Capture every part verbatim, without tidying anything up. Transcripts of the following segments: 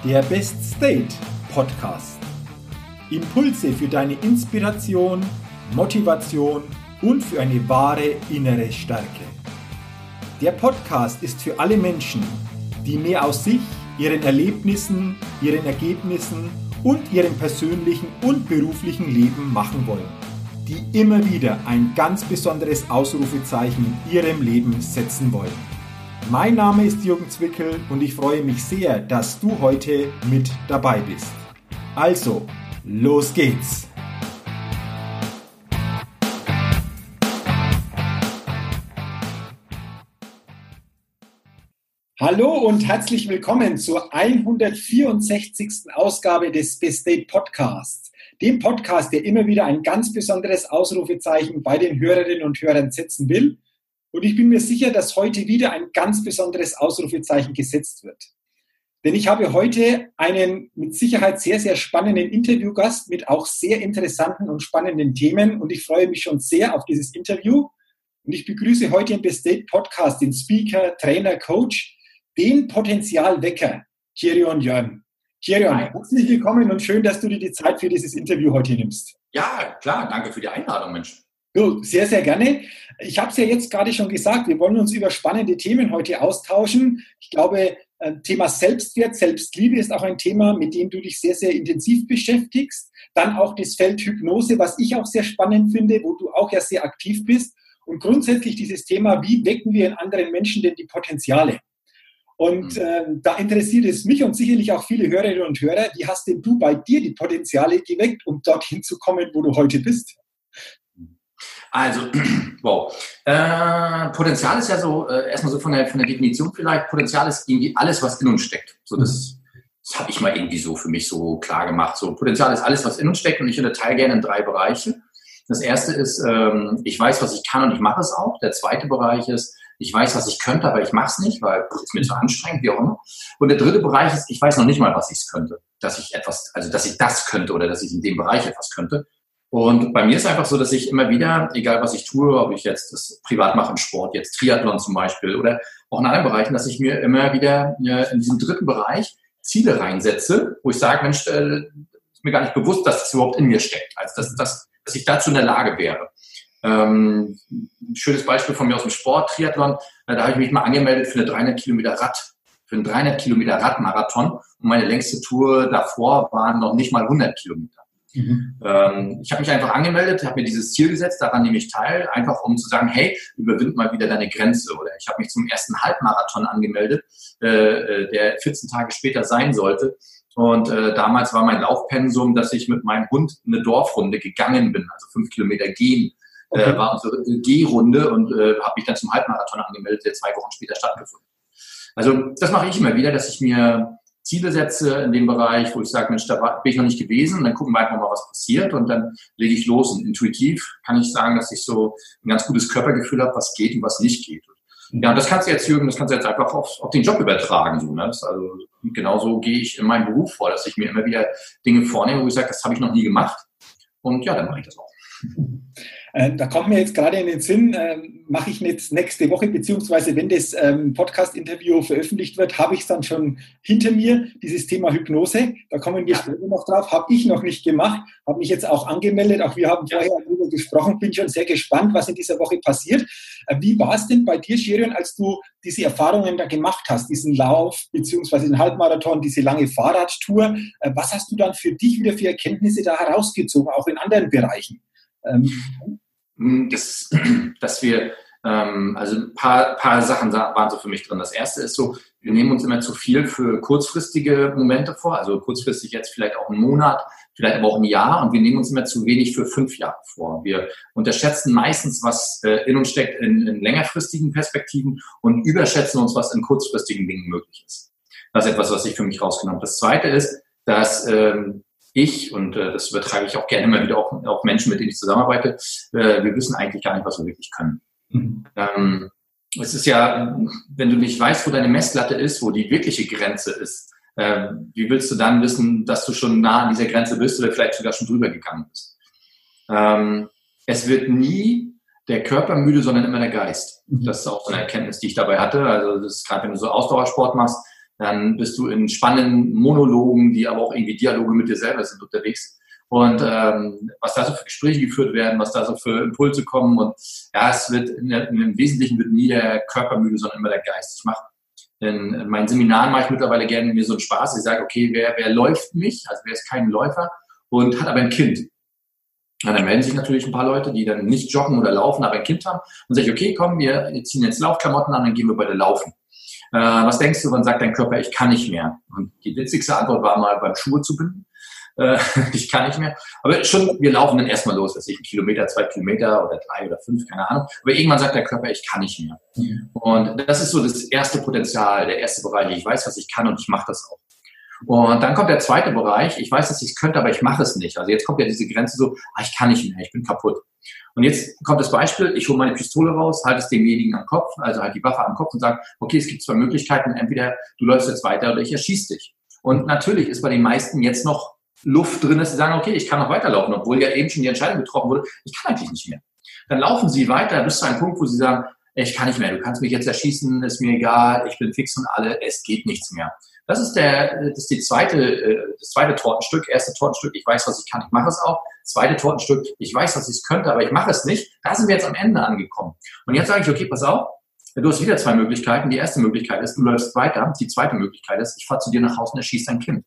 der Best State Podcast. Impulse für deine Inspiration, Motivation und für eine wahre innere Stärke. Der Podcast ist für alle Menschen, die mehr aus sich, ihren Erlebnissen, ihren Ergebnissen und ihrem persönlichen und beruflichen Leben machen wollen, die immer wieder ein ganz besonderes Ausrufezeichen in ihrem Leben setzen wollen. Mein Name ist Jürgen Zwickel und ich freue mich sehr, dass du heute mit dabei bist. Also, los geht's! Hallo und herzlich willkommen zur hundertvierundsechzigsten Ausgabe des Best State Podcasts, dem Podcast, der immer wieder ein ganz besonderes Ausrufezeichen bei den Hörerinnen und Hörern setzen will. Und ich bin mir sicher, dass heute wieder ein ganz besonderes Ausrufezeichen gesetzt wird. Denn ich habe heute einen mit Sicherheit sehr, sehr spannenden Interviewgast mit auch sehr interessanten und spannenden Themen. Und ich freue mich schon sehr auf dieses Interview. Und ich begrüße heute im Best State Podcast den Speaker, Trainer, Coach, den Potenzialwecker, Cherion Jörn. Cherion, herzlich willkommen und schön, dass du dir die Zeit für dieses Interview heute nimmst. Ja, klar, danke für die Einladung, Mensch. So, sehr, sehr gerne. Ich habe es ja jetzt gerade schon gesagt, wir wollen uns über spannende Themen heute austauschen. Ich glaube, Thema Selbstwert, Selbstliebe ist auch ein Thema, mit dem du dich sehr, sehr intensiv beschäftigst. Dann auch das Feld Hypnose, was ich auch sehr spannend finde, wo du auch ja sehr aktiv bist. Und grundsätzlich dieses Thema, wie wecken wir in anderen Menschen denn die Potenziale? Und äh, da interessiert es mich und sicherlich auch viele Hörerinnen und Hörer, wie hast denn du bei dir die Potenziale geweckt, um dorthin zu kommen, wo du heute bist? Also, wow. Äh, Potenzial ist ja so, äh, erstmal so von der, von der Definition vielleicht, Potenzial ist irgendwie alles, was in uns steckt. So, das das habe ich mal irgendwie so für mich so klar gemacht. So, Potenzial ist alles, was in uns steckt und ich unterteile gerne in drei Bereiche. Das erste ist, ähm, ich weiß, was ich kann und ich mache es auch. Der zweite Bereich ist, ich weiß, was ich könnte, aber ich mache es nicht, weil es mir zu anstrengend, wie auch immer. Und der dritte Bereich ist, ich weiß noch nicht mal, was ich könnte. Dass ich etwas, also dass ich das könnte oder dass ich in dem Bereich etwas könnte. Und bei mir ist einfach so, dass ich immer wieder, egal was ich tue, ob ich jetzt das privat mache im Sport, jetzt Triathlon zum Beispiel oder auch in anderen Bereichen, dass ich mir immer wieder in diesem dritten Bereich Ziele reinsetze, wo ich sage, Mensch, äh, ist mir gar nicht bewusst, dass das überhaupt in mir steckt, also dass, dass, dass ich dazu in der Lage wäre. Ähm, ein schönes Beispiel von mir aus dem Sport, Triathlon, da habe ich mich mal angemeldet für eine dreihundert Kilometer Rad, für einen dreihundert Kilometer Radmarathon und meine längste Tour davor waren noch nicht mal hundert Kilometer. Mhm. Ähm, ich habe mich einfach angemeldet, habe mir dieses Ziel gesetzt, daran nehme ich teil, einfach um zu sagen, hey, überwind mal wieder deine Grenze. Oder ich habe mich zum ersten Halbmarathon angemeldet, äh, der vierzehn Tage später sein sollte. Und äh, damals war mein Laufpensum, dass ich mit meinem Hund eine Dorfrunde gegangen bin, also fünf Kilometer gehen. Okay. Äh, war unsere G-Runde und äh, habe mich dann zum Halbmarathon angemeldet, der zwei Wochen später stattgefunden. Also das mache ich immer wieder, dass ich mir Ziele setze in dem Bereich, wo ich sage, Mensch, da bin ich noch nicht gewesen, und dann gucken wir einfach mal, was passiert und dann lege ich los. Und intuitiv kann ich sagen, dass ich so ein ganz gutes Körpergefühl habe, was geht und was nicht geht. Ja, und das kannst du jetzt, Jürgen, das kannst du jetzt einfach auf, auf den Job übertragen. So, ne? Das, also genauso gehe ich in meinem Beruf vor, dass ich mir immer wieder Dinge vornehme, wo ich sage, das habe ich noch nie gemacht. Und ja, dann mache ich das auch. Äh, da kommt mir jetzt gerade in den Sinn, äh, mache ich jetzt nächste Woche, beziehungsweise wenn das ähm, Podcast-Interview veröffentlicht wird, habe ich es dann schon hinter mir, dieses Thema Hypnose. Da kommen wir ja später noch drauf. Habe ich noch nicht gemacht, habe mich jetzt auch angemeldet. Auch wir haben ja vorher darüber gesprochen. Bin schon sehr gespannt, was in dieser Woche passiert. Äh, wie war es denn bei dir, Cherion, als du diese Erfahrungen da gemacht hast, diesen Lauf, beziehungsweise den Halbmarathon, diese lange Fahrradtour? Äh, was hast du dann für dich wieder für Erkenntnisse da herausgezogen, auch in anderen Bereichen? Das, dass wir, ähm, also ein paar, paar Sachen waren so für mich drin. Das erste ist so, wir nehmen uns immer zu viel für kurzfristige Momente vor, also kurzfristig jetzt vielleicht auch einen Monat, vielleicht aber auch ein Jahr, und wir nehmen uns immer zu wenig für fünf Jahre vor. Wir unterschätzen meistens, was äh, in uns steckt in, in längerfristigen Perspektiven und überschätzen uns, was in kurzfristigen Dingen möglich ist. Das ist etwas, was ich für mich rausgenommen habe. Das zweite ist, dass ähm, ich, und äh, das übertrage ich auch gerne immer wieder auf, auf Menschen, mit denen ich zusammenarbeite, äh, wir wissen eigentlich gar nicht, was wir wirklich können. Mhm. Ähm, es ist ja, wenn du nicht weißt, wo deine Messlatte ist, wo die wirkliche Grenze ist, äh, wie willst du dann wissen, dass du schon nah an dieser Grenze bist oder vielleicht sogar schon drüber gegangen bist? Ähm, es wird nie der Körper müde, sondern immer der Geist. Mhm. Das ist auch so eine Erkenntnis, die ich dabei hatte. Also das ist gerade, wenn du so Ausdauersport machst, Dann bist du in spannenden Monologen, die aber auch irgendwie Dialoge mit dir selber sind unterwegs. Und ähm, was da so für Gespräche geführt werden, was da so für Impulse kommen. Und ja, es wird in der, im Wesentlichen wird nie der Körper müde, sondern immer der Geist. Ich mache in, in meinen Seminaren mache ich mittlerweile gerne mir so einen Spaß. Ich sage, okay, wer, wer läuft nicht, also wer ist kein Läufer und hat aber ein Kind. Ja, dann melden sich natürlich ein paar Leute, die dann nicht joggen oder laufen, aber ein Kind haben. Und sage ich, okay, komm, wir ziehen jetzt Laufklamotten an, dann gehen wir beide laufen. Äh, was denkst du, wann sagt dein Körper, ich kann nicht mehr? Und die witzigste Antwort war mal beim Schuhe zu binden. Ich kann nicht mehr. Aber schon, wir laufen dann erstmal los, dass ich einen Kilometer, zwei Kilometer oder drei oder fünf, keine Ahnung. Aber irgendwann sagt der Körper, ich kann nicht mehr. Mhm. Und das ist so das erste Potenzial, der erste Bereich. Ich weiß, was ich kann und ich mache das auch. Und dann kommt der zweite Bereich. Ich weiß, dass ich es könnte, aber ich mache es nicht. Also jetzt kommt ja diese Grenze so, ah, ich kann nicht mehr, ich bin kaputt. Und jetzt kommt das Beispiel, ich hole meine Pistole raus, halte es demjenigen am Kopf, also halt die Waffe am Kopf und sage, okay, es gibt zwei Möglichkeiten, entweder du läufst jetzt weiter oder ich erschieße dich. Und natürlich ist bei den meisten jetzt noch Luft drin ist, sie sagen, okay, ich kann noch weiterlaufen, obwohl ja eben schon die Entscheidung getroffen wurde, ich kann eigentlich nicht mehr. Dann laufen sie weiter bis zu einem Punkt, wo sie sagen, ich kann nicht mehr, du kannst mich jetzt erschießen, ist mir egal, ich bin fix und alle, es geht nichts mehr. Das ist der, das ist die zweite, das zweite Tortenstück. Erste Tortenstück, ich weiß, was ich kann, ich mache es auch. Zweite Tortenstück, ich weiß, was ich könnte, aber ich mache es nicht. Da sind wir jetzt am Ende angekommen. Und jetzt sage ich, okay, pass auf, du hast wieder zwei Möglichkeiten. Die erste Möglichkeit ist, du läufst weiter. Die zweite Möglichkeit ist, ich fahre zu dir nach Hause und erschieße dein Kind.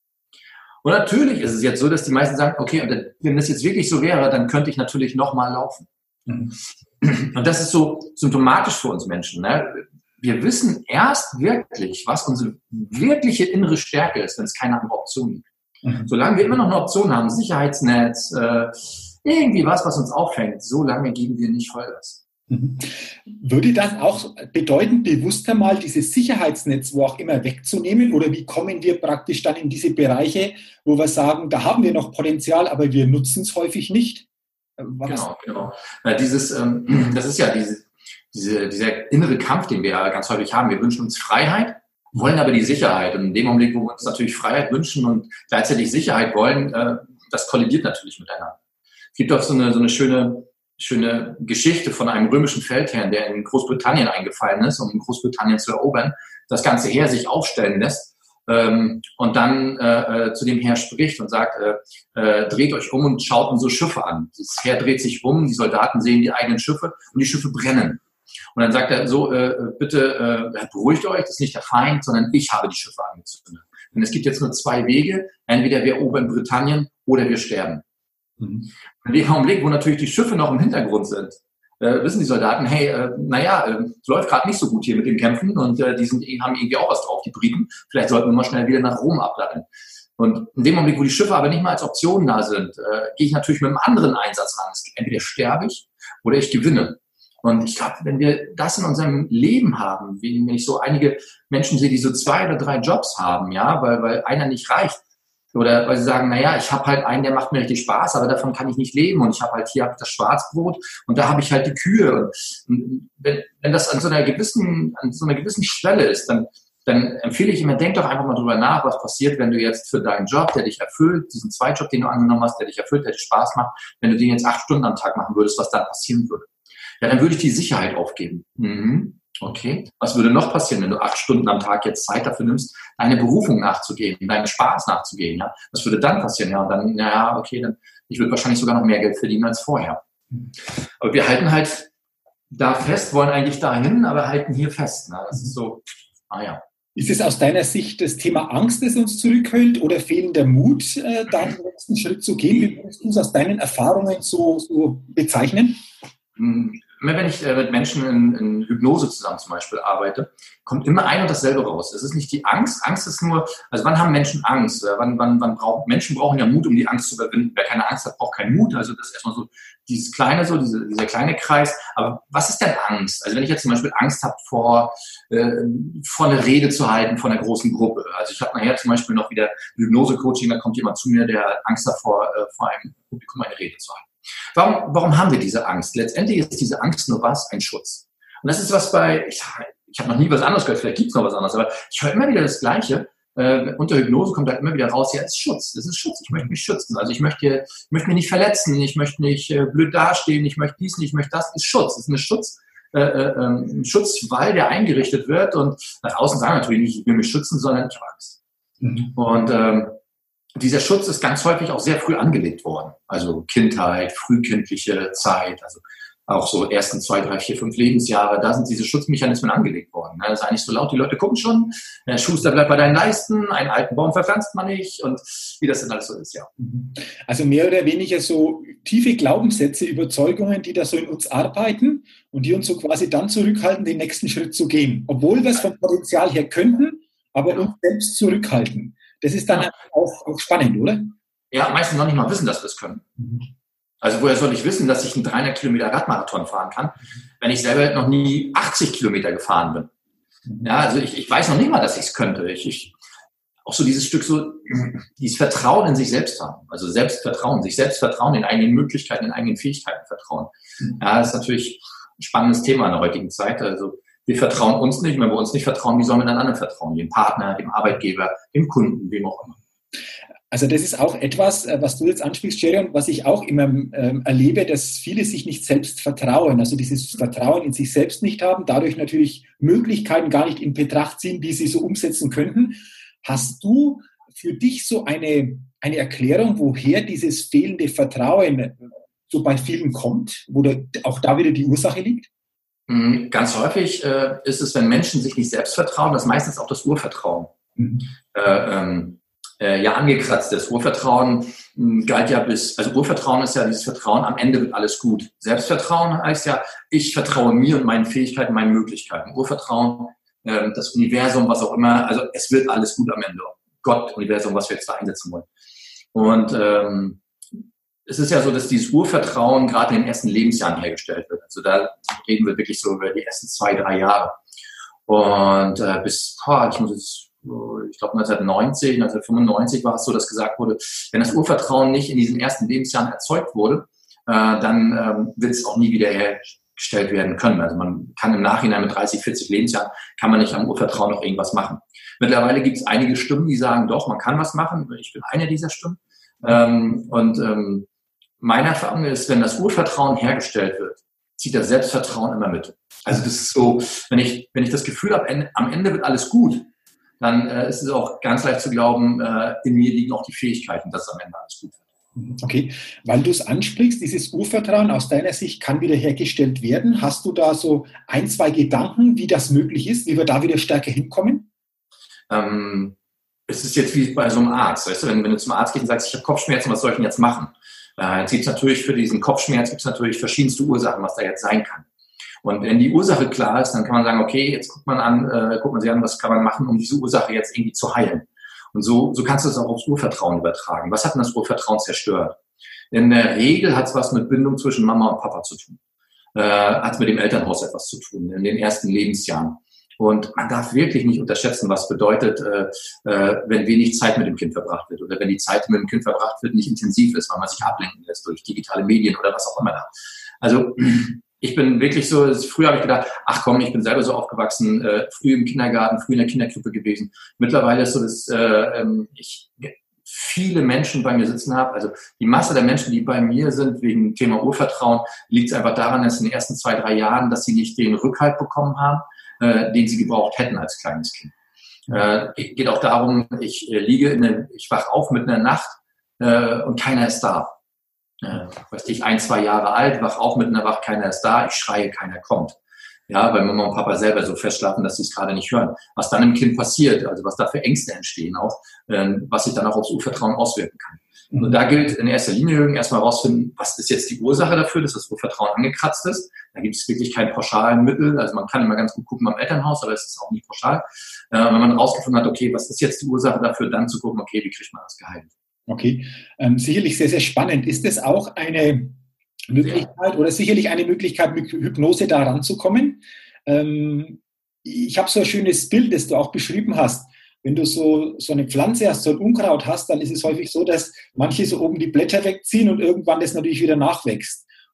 Und natürlich ist es jetzt so, dass die meisten sagen, okay, und wenn das jetzt wirklich so wäre, dann könnte ich natürlich nochmal laufen. Mhm. Und das ist so symptomatisch für uns Menschen. Ne? Wir wissen erst wirklich, was unsere wirkliche innere Stärke ist, wenn es keine andere Option gibt. Mhm. Solange wir immer noch eine Option haben, Sicherheitsnetz, äh, irgendwie was, was uns auffängt, solange geben wir nicht Vollgas. Mhm. Würde das auch bedeuten, bewusster mal dieses Sicherheitsnetz, wo auch immer, wegzunehmen? Oder wie kommen wir praktisch dann in diese Bereiche, wo wir sagen, da haben wir noch Potenzial, aber wir nutzen es häufig nicht? Was? Genau, genau. Na, dieses, ähm, das ist ja diese, diese, dieser innere Kampf, den wir ja ganz häufig haben. Wir wünschen uns Freiheit, wollen aber die Sicherheit. Und in dem Augenblick, wo wir uns natürlich Freiheit wünschen und gleichzeitig Sicherheit wollen, äh, das kollidiert natürlich miteinander. Es gibt auch so eine, so eine schöne schöne Geschichte von einem römischen Feldherrn, der in Großbritannien eingefallen ist, um Großbritannien zu erobern, das ganze Heer sich aufstellen lässt ähm, und dann äh, zu dem Heer spricht und sagt, äh, äh, dreht euch um und schaut unsere Schiffe an. Das Heer dreht sich um, die Soldaten sehen die eigenen Schiffe und die Schiffe brennen. Und dann sagt er so, äh, bitte äh, beruhigt euch, das ist nicht der Feind, sondern ich habe die Schiffe angezündet. Denn es gibt jetzt nur zwei Wege, entweder wir erobern Britannien oder wir sterben. Mhm. In dem Augenblick, wo natürlich die Schiffe noch im Hintergrund sind, äh, wissen die Soldaten, hey, äh, naja, äh, es läuft gerade nicht so gut hier mit den Kämpfen und äh, die sind, haben irgendwie auch was drauf, die Briten. Vielleicht sollten wir mal schnell wieder nach Rom abladen. Und in dem Augenblick, wo die Schiffe aber nicht mal als Option da sind, äh, gehe ich natürlich mit einem anderen Einsatz ran. Entweder sterbe ich oder ich gewinne. Und ich glaube, wenn wir das in unserem Leben haben, wie, wenn ich so einige Menschen sehe, die so zwei oder drei Jobs haben, ja, weil, weil einer nicht reicht, oder weil sie sagen, naja, ich habe halt einen, der macht mir richtig Spaß, aber davon kann ich nicht leben. Und ich habe halt hier hab das Schwarzbrot und da habe ich halt die Kühe. Und wenn, wenn das an so einer gewissen, an so einer gewissen Schwelle ist, dann, dann empfehle ich immer, denk doch einfach mal drüber nach, was passiert, wenn du jetzt für deinen Job, der dich erfüllt, diesen Zweitjob, den du angenommen hast, der dich erfüllt, der dir Spaß macht, wenn du den jetzt acht Stunden am Tag machen würdest, was dann passieren würde. Ja, dann würde ich die Sicherheit aufgeben. Mhm. Okay. Was würde noch passieren, wenn du acht Stunden am Tag jetzt Zeit dafür nimmst, deine Berufung nachzugehen, deinen Spaß nachzugehen? Ja? Was würde dann passieren? Ja, und dann, naja, okay, dann, ich würde wahrscheinlich sogar noch mehr Geld verdienen als vorher. Aber wir halten halt da fest, wollen eigentlich dahin, aber halten hier fest. Ne? Das ist so, ah ja. Ist es aus deiner Sicht das Thema Angst, das uns zurückhält oder fehlender Mut, äh, da den nächsten Schritt zu gehen? Wie würdest du es aus deinen Erfahrungen so, so bezeichnen? Hm. Wenn ich mit Menschen in, in Hypnose zusammen zum Beispiel arbeite, kommt immer ein und dasselbe raus. Es ist nicht die Angst. Angst ist nur, also wann haben Menschen Angst? Wann, wann, wann brauchen, Menschen brauchen ja Mut, um die Angst zu überwinden. Wer keine Angst hat, braucht keinen Mut. Also das ist erstmal so dieses kleine, so diese, dieser kleine Kreis. Aber was ist denn Angst? Also wenn ich jetzt zum Beispiel Angst habe vor, äh, vor eine Rede zu halten von einer großen Gruppe. Also ich habe nachher zum Beispiel noch wieder Hypnose-Coaching, da kommt jemand zu mir, der hat Angst davor, äh, vor einem Publikum eine Rede zu halten. Warum, warum haben wir diese Angst? Letztendlich ist diese Angst nur was? Ein Schutz. Und das ist was bei, ich, ich habe noch nie was anderes gehört, vielleicht gibt es noch was anderes, aber ich höre immer wieder das Gleiche. Äh, unter Hypnose kommt halt immer wieder raus, ja, es ist Schutz, das ist Schutz, ich möchte mich schützen. Also ich möchte, ich möchte mich nicht verletzen, ich möchte nicht äh, blöd dastehen, ich möchte dies nicht, ich möchte das, das ist Schutz, das ist eine Schutz, äh, äh, ein Schutzwall, der eingerichtet wird und nach außen sagen natürlich nicht, ich will mich schützen, sondern ich habe Angst. Mhm. Und ähm, dieser Schutz ist ganz häufig auch sehr früh angelegt worden. Also Kindheit, frühkindliche Zeit, also auch so ersten zwei, drei, vier, fünf Lebensjahre, da sind diese Schutzmechanismen angelegt worden. Das ist eigentlich so laut, die Leute gucken schon, der Schuster bleibt bei deinen Leisten, einen alten Baum verpflanzt man nicht und wie das denn alles so ist, ja. Also mehr oder weniger so tiefe Glaubenssätze, Überzeugungen, die da so in uns arbeiten und die uns so quasi dann zurückhalten, den nächsten Schritt zu gehen. Obwohl wir es vom Potenzial her könnten, aber ja. uns selbst zurückhalten. Das ist dann ja. auch, auch spannend, oder? Ja, meistens noch nicht mal wissen, dass wir es können. Mhm. Also woher soll ich wissen, dass ich einen dreihundert Kilometer Radmarathon fahren kann, wenn ich selber noch nie achtzig Kilometer gefahren bin? Ja, also ich, ich weiß noch nicht mal, dass ich es könnte. Ich, ich, auch so dieses Stück so, dieses Vertrauen in sich selbst haben. Also Selbstvertrauen, sich selbst vertrauen, den eigenen Möglichkeiten, den eigenen Fähigkeiten vertrauen. Ja, das ist natürlich ein spannendes Thema in der heutigen Zeit. Also wir vertrauen uns nicht, wenn wir uns nicht vertrauen, wie sollen wir den anderen vertrauen? Dem Partner, dem Arbeitgeber, dem Kunden, wem auch immer. Also das ist auch etwas, was du jetzt ansprichst, Jerry, und was ich auch immer ähm, erlebe, dass viele sich nicht selbst vertrauen. Also dieses Vertrauen in sich selbst nicht haben, dadurch natürlich Möglichkeiten gar nicht in Betracht ziehen, die sie so umsetzen könnten. Hast du für dich so eine, eine Erklärung, woher dieses fehlende Vertrauen so bei vielen kommt, wo da, auch da wieder die Ursache liegt? Ganz häufig äh, ist es, wenn Menschen sich nicht selbst vertrauen, das ist meistens auch das Urvertrauen. Mhm. Äh, ähm, Äh, ja, angekratzt ist. Urvertrauen mh, galt ja bis, also Urvertrauen ist ja dieses Vertrauen, am Ende wird alles gut. Selbstvertrauen heißt ja, ich vertraue mir und meinen Fähigkeiten, meinen Möglichkeiten. Urvertrauen, äh, das Universum, was auch immer, also es wird alles gut am Ende. Gott, Universum, was wir jetzt da einsetzen wollen. Und ähm, es ist ja so, dass dieses Urvertrauen gerade in den ersten Lebensjahren hergestellt wird. Also da reden wir wirklich so über die ersten zwei, drei Jahre. Und äh, bis, boah, ich muss jetzt ich glaube neunzehnhundertneunzig, neunzehnhundertfünfundneunzig war es so, dass gesagt wurde, wenn das Urvertrauen nicht in diesen ersten Lebensjahren erzeugt wurde, äh, dann ähm, wird es auch nie wieder hergestellt werden können. Also man kann im Nachhinein mit dreißig, vierzig Lebensjahren, kann man nicht am Urvertrauen noch irgendwas machen. Mittlerweile gibt es einige Stimmen, die sagen, doch, man kann was machen. Ich bin eine dieser Stimmen. Ähm, und ähm, meine Erfahrung ist, wenn das Urvertrauen hergestellt wird, zieht das Selbstvertrauen immer mit. Also das ist so, wenn ich, wenn ich das Gefühl habe, am Ende wird alles gut, dann äh, ist es auch ganz leicht zu glauben, äh, in mir liegen auch die Fähigkeiten, dass am Ende alles gut wird. Okay, weil du es ansprichst, dieses Urvertrauen aus deiner Sicht kann wieder hergestellt werden. Hast du da so ein, zwei Gedanken, wie das möglich ist, wie wir da wieder stärker hinkommen? Ähm, es ist jetzt wie bei so einem Arzt. Weißt du, wenn, wenn du zum Arzt gehst und sagst, ich habe Kopfschmerzen, was soll ich denn jetzt machen? Äh, jetzt gibt es natürlich für diesen Kopfschmerz gibt's natürlich verschiedenste Ursachen, was da jetzt sein kann. Und wenn die Ursache klar ist, dann kann man sagen, okay, jetzt guckt man an, äh, guckt man sich an, was kann man machen, um diese Ursache jetzt irgendwie zu heilen. Und so, so kannst du es auch aufs Urvertrauen übertragen. Was hat denn das Urvertrauen zerstört? In der Regel hat es was mit Bindung zwischen Mama und Papa zu tun. Äh, hat es mit dem Elternhaus etwas zu tun, in den ersten Lebensjahren. Und man darf wirklich nicht unterschätzen, was bedeutet, äh, äh, wenn wenig Zeit mit dem Kind verbracht wird oder wenn die Zeit mit dem Kind verbracht wird, nicht intensiv ist, weil man sich ablenken lässt durch digitale Medien oder was auch immer da. Also ich bin wirklich so, früher habe ich gedacht, ach komm, ich bin selber so aufgewachsen, äh, früh im Kindergarten, früh in der Kinderkrippe gewesen. Mittlerweile ist so, dass äh, ich viele Menschen bei mir sitzen habe. Also die Masse der Menschen, die bei mir sind wegen Thema Urvertrauen, liegt es einfach daran, dass in den ersten zwei, drei Jahren, dass sie nicht den Rückhalt bekommen haben, äh, den sie gebraucht hätten als kleines Kind. Äh, geht auch darum, ich äh, liege, in eine, ich wach auf mit einer Nacht äh, und keiner ist da. Äh, weiß ich, ein, zwei Jahre alt, wach auf mit einer Wach, keiner ist da, ich schreie, keiner kommt. Ja, weil Mama und Papa selber so festschlafen, dass sie es gerade nicht hören. Was dann im Kind passiert, also was da für Ängste entstehen auch, äh, was sich dann auch aufs Urvertrauen auswirken kann. Mhm. Und da gilt in erster Linie erstmal rausfinden, was ist jetzt die Ursache dafür, dass das Urvertrauen angekratzt ist. Da gibt es wirklich kein pauschalen Mittel. Also man kann immer ganz gut gucken beim Elternhaus, aber es ist auch nicht pauschal. Äh, wenn man rausgefunden hat, okay, was ist jetzt die Ursache dafür, dann zu gucken, okay, wie kriegt man das geheilt? Okay, ähm, sicherlich sehr, sehr spannend. Ist es auch eine Möglichkeit ja. oder sicherlich eine Möglichkeit, mit Hypnose da ranzukommen? Ähm, ich habe so ein schönes Bild, das du auch beschrieben hast. Wenn du so, so eine Pflanze hast, so ein Unkraut hast, dann ist es häufig so, dass manche so oben die Blätter wegziehen und irgendwann das natürlich wieder nachwächst.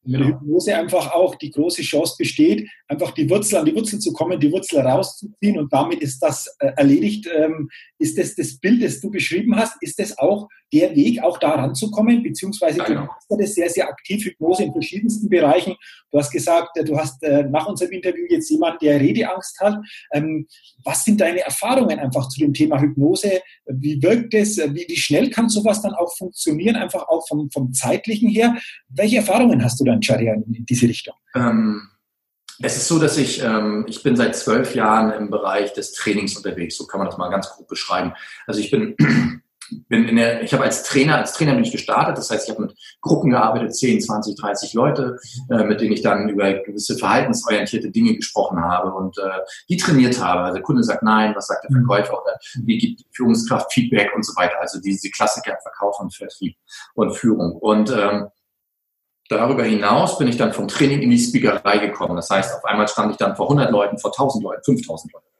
Und mit der Hypnose einfach auch die große Chance besteht, einfach die Wurzel an die Wurzel zu kommen, die Wurzel rauszuziehen und damit ist das äh, erledigt. Ähm, ist das das Bild, das du beschrieben hast, ist das auch der Weg, auch da ranzukommen, beziehungsweise ja, du genau. machst das sehr, sehr aktiv, Hypnose in verschiedensten Bereichen. Du hast gesagt, du hast äh, nach unserem Interview jetzt jemand, der Redeangst hat. Ähm, was sind deine Erfahrungen einfach zu dem Thema Hypnose? Wie wirkt es? Wie, wie schnell kann sowas dann auch funktionieren, einfach auch vom, vom zeitlichen her? Welche Erfahrungen hast du dann, Charian, in diese Richtung? Ähm, es ist so, dass ich, ähm, ich bin seit zwölf Jahren im Bereich des Trainings unterwegs. So kann man das mal ganz grob beschreiben. Also ich bin, bin in der, ich habe als Trainer, als Trainer bin ich gestartet. Das heißt, ich habe mit Gruppen gearbeitet, zehn, zwanzig, dreißig Leute, äh, mit denen ich dann über gewisse verhaltensorientierte Dinge gesprochen habe und äh, die trainiert habe. Also der Kunde sagt nein, was sagt der Verkäufer oder wie gibt die Führungskraft Feedback und so weiter. Also diese Klassiker Verkauf und Vertrieb und Führung. Und ähm, darüber hinaus bin ich dann vom Training in die Speakerei gekommen. Das heißt, auf einmal stand ich dann vor hundert Leuten, vor tausend Leuten, fünftausend Leuten.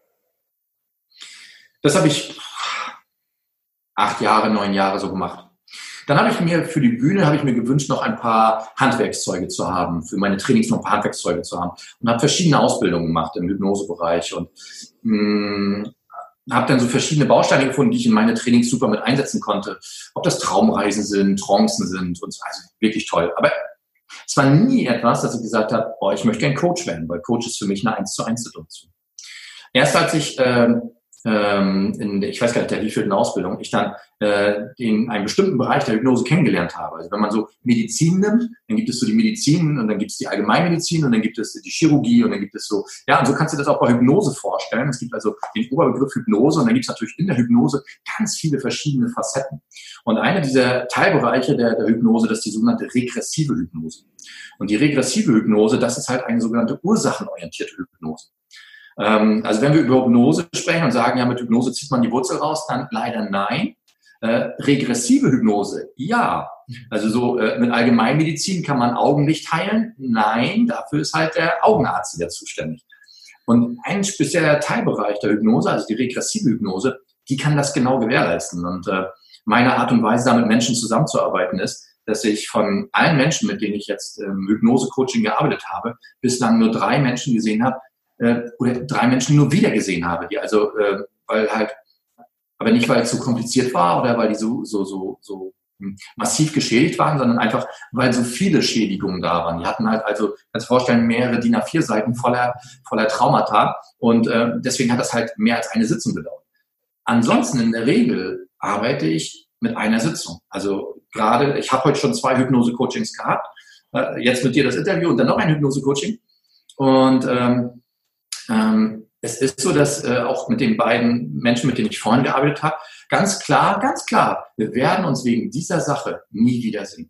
Das habe ich acht Jahre, neun Jahre so gemacht. Dann habe ich mir für die Bühne, habe ich mir gewünscht, noch ein paar Handwerkszeuge zu haben, für meine Trainings noch ein paar Handwerkszeuge zu haben und habe verschiedene Ausbildungen gemacht im Hypnosebereich und mh, habe dann so verschiedene Bausteine gefunden, die ich in meine Trainings super mit einsetzen konnte. Ob das Traumreisen sind, Trancen sind und so, also wirklich toll. Aber es war nie etwas, dass ich gesagt habe, oh, ich möchte ein Coach werden, weil Coach ist für mich eine eins zu eins Situation. Erst als ich ähm, ähm, in, ich weiß gar nicht, der wievielten Ausbildung, ich dann äh, in einem bestimmten Bereich der Hypnose kennengelernt habe. Also wenn man so Medizin nimmt, dann gibt es so die Medizin und dann gibt es die Allgemeinmedizin und dann gibt es die Chirurgie und dann gibt es so, ja, und so kannst du das auch bei Hypnose vorstellen. Es gibt also den Oberbegriff Hypnose und dann gibt es natürlich in der Hypnose ganz viele verschiedene Facetten. Und einer dieser Teilbereiche der, der Hypnose, das ist die sogenannte regressive Hypnose. Und die regressive Hypnose, das ist halt eine sogenannte ursachenorientierte Hypnose. Also wenn wir über Hypnose sprechen und sagen, ja, mit Hypnose zieht man die Wurzel raus, dann leider nein. Äh, regressive Hypnose, ja. Also so äh, mit Allgemeinmedizin kann man Augen nicht heilen? Nein, dafür ist halt der Augenarzt wieder zuständig. Und ein spezieller Teilbereich der Hypnose, also die regressive Hypnose, die kann das genau gewährleisten. Und äh, meine Art und Weise, da mit Menschen zusammenzuarbeiten, ist, dass ich von allen Menschen, mit denen ich jetzt im Hypnose-Coaching gearbeitet habe, bislang nur drei Menschen gesehen habe, oder drei Menschen nur wieder gesehen habe, die also, äh, weil halt, aber nicht, weil es so kompliziert war oder weil die so, so, so, so massiv geschädigt waren, sondern einfach, weil so viele Schädigungen da waren. Die hatten halt also, kannst du dir vorstellen, mehrere D I N A vier Seiten voller, voller Traumata und äh, deswegen hat das halt mehr als eine Sitzung gedauert. Ansonsten in der Regel arbeite ich mit einer Sitzung. Also gerade, ich habe heute schon zwei Hypnose-Coachings gehabt, äh, jetzt mit dir das Interview und dann noch ein Hypnose-Coaching und ähm, Ähm, es ist so, dass äh, auch mit den beiden Menschen, mit denen ich vorhin gearbeitet habe, ganz klar, ganz klar, wir werden uns wegen dieser Sache nie wiedersehen.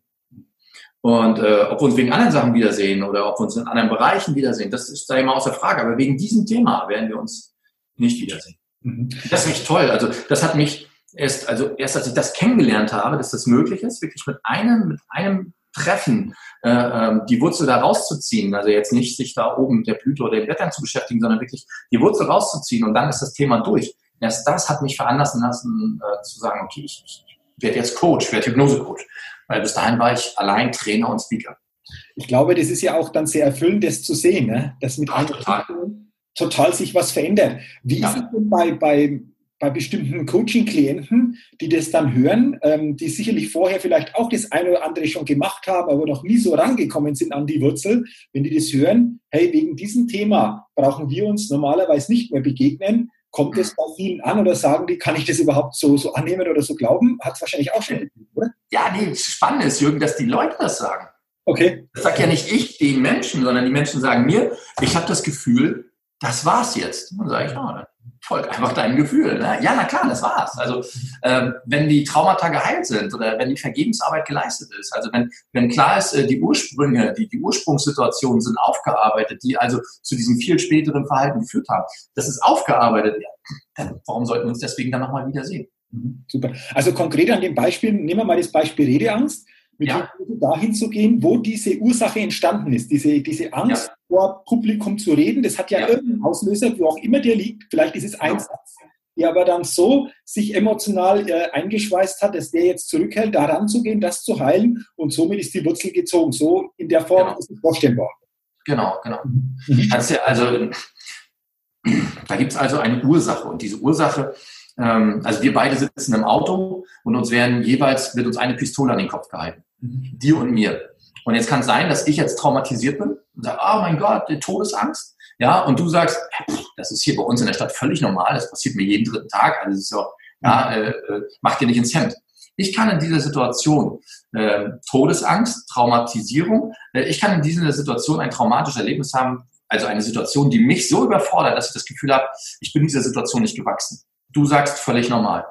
Und äh, ob wir uns wegen anderen Sachen wiedersehen oder ob wir uns in anderen Bereichen wiedersehen, das ist da immer außer Frage. Aber wegen diesem Thema werden wir uns nicht wiedersehen. Mhm. Das ist echt toll. Also das hat mich erst, also erst als ich das kennengelernt habe, dass das möglich ist, wirklich mit einem, mit einem Treffen äh, die Wurzel da rauszuziehen, also jetzt nicht sich da oben mit der Blüte oder den Blättern zu beschäftigen, sondern wirklich die Wurzel rauszuziehen und dann ist das Thema durch. Erst das hat mich veranlassen lassen, äh, zu sagen, okay, ich, ich werde jetzt Coach, ich werde Hypnose-Coach, weil bis dahin war ich allein Trainer und Speaker. Ich glaube, das ist ja auch dann sehr erfüllend, das zu sehen, ne? Dass mit Ach, total. total sich was verändert. Wie ja. ist es denn bei, bei bei bestimmten Coaching-Klienten, die das dann hören, ähm, die sicherlich vorher vielleicht auch das eine oder andere schon gemacht haben, aber noch nie so rangekommen sind an die Wurzel, wenn die das hören, hey, wegen diesem Thema brauchen wir uns normalerweise nicht mehr begegnen, kommt es bei vielen an oder sagen die, kann ich das überhaupt so, so annehmen oder so glauben? Hat es wahrscheinlich auch schon gegeben, oder? Ja, nee, spannend ist, Jürgen, dass die Leute das sagen. Okay. Das sagt ja nicht ich den Menschen, sondern die Menschen sagen mir, ich habe das Gefühl, das war's jetzt. Und dann sage ich, ja, dann folg einfach deinem Gefühl. Ne? Ja, na klar, das war's. Also ähm, wenn die Traumata geheilt sind oder wenn die Vergebensarbeit geleistet ist, also wenn, wenn klar ist, äh, die Ursprünge, die, die Ursprungssituationen sind aufgearbeitet, die also zu diesem viel späteren Verhalten geführt haben, das ist aufgearbeitet, ja, dann warum sollten wir uns deswegen dann nochmal wiedersehen? Mhm, super. Also konkret an dem Beispiel, nehmen wir mal das Beispiel Redeangst, mit ja. dahin zu gehen, wo diese Ursache entstanden ist, diese, diese Angst ja. vor Publikum zu reden, das hat ja, ja. irgendeinen Auslöser, wo auch immer der liegt, vielleicht ist es ein ja. Satz, die aber dann so sich emotional äh, eingeschweißt hat, dass der jetzt zurückhält, da ranzugehen, das zu heilen und somit ist die Wurzel gezogen. So in der Form Genau. ist es vorstellbar. Genau, genau. Mhm. Also, also, da gibt es also eine Ursache und diese Ursache, ähm, also wir beide sitzen im Auto und uns werden jeweils, wird uns eine Pistole an den Kopf gehalten. Mhm. Dir und mir. Und jetzt kann es sein, dass ich jetzt traumatisiert bin und sage, oh mein Gott, die Todesangst. Ja, und du sagst, das ist hier bei uns in der Stadt völlig normal, das passiert mir jeden dritten Tag, also das ist ja, ja äh, mach dir nicht ins Hemd. Ich kann in dieser Situation äh, Todesangst, Traumatisierung, äh, ich kann in dieser Situation ein traumatisches Erlebnis haben, also eine Situation, die mich so überfordert, dass ich das Gefühl habe, ich bin dieser Situation nicht gewachsen. Du sagst völlig normal.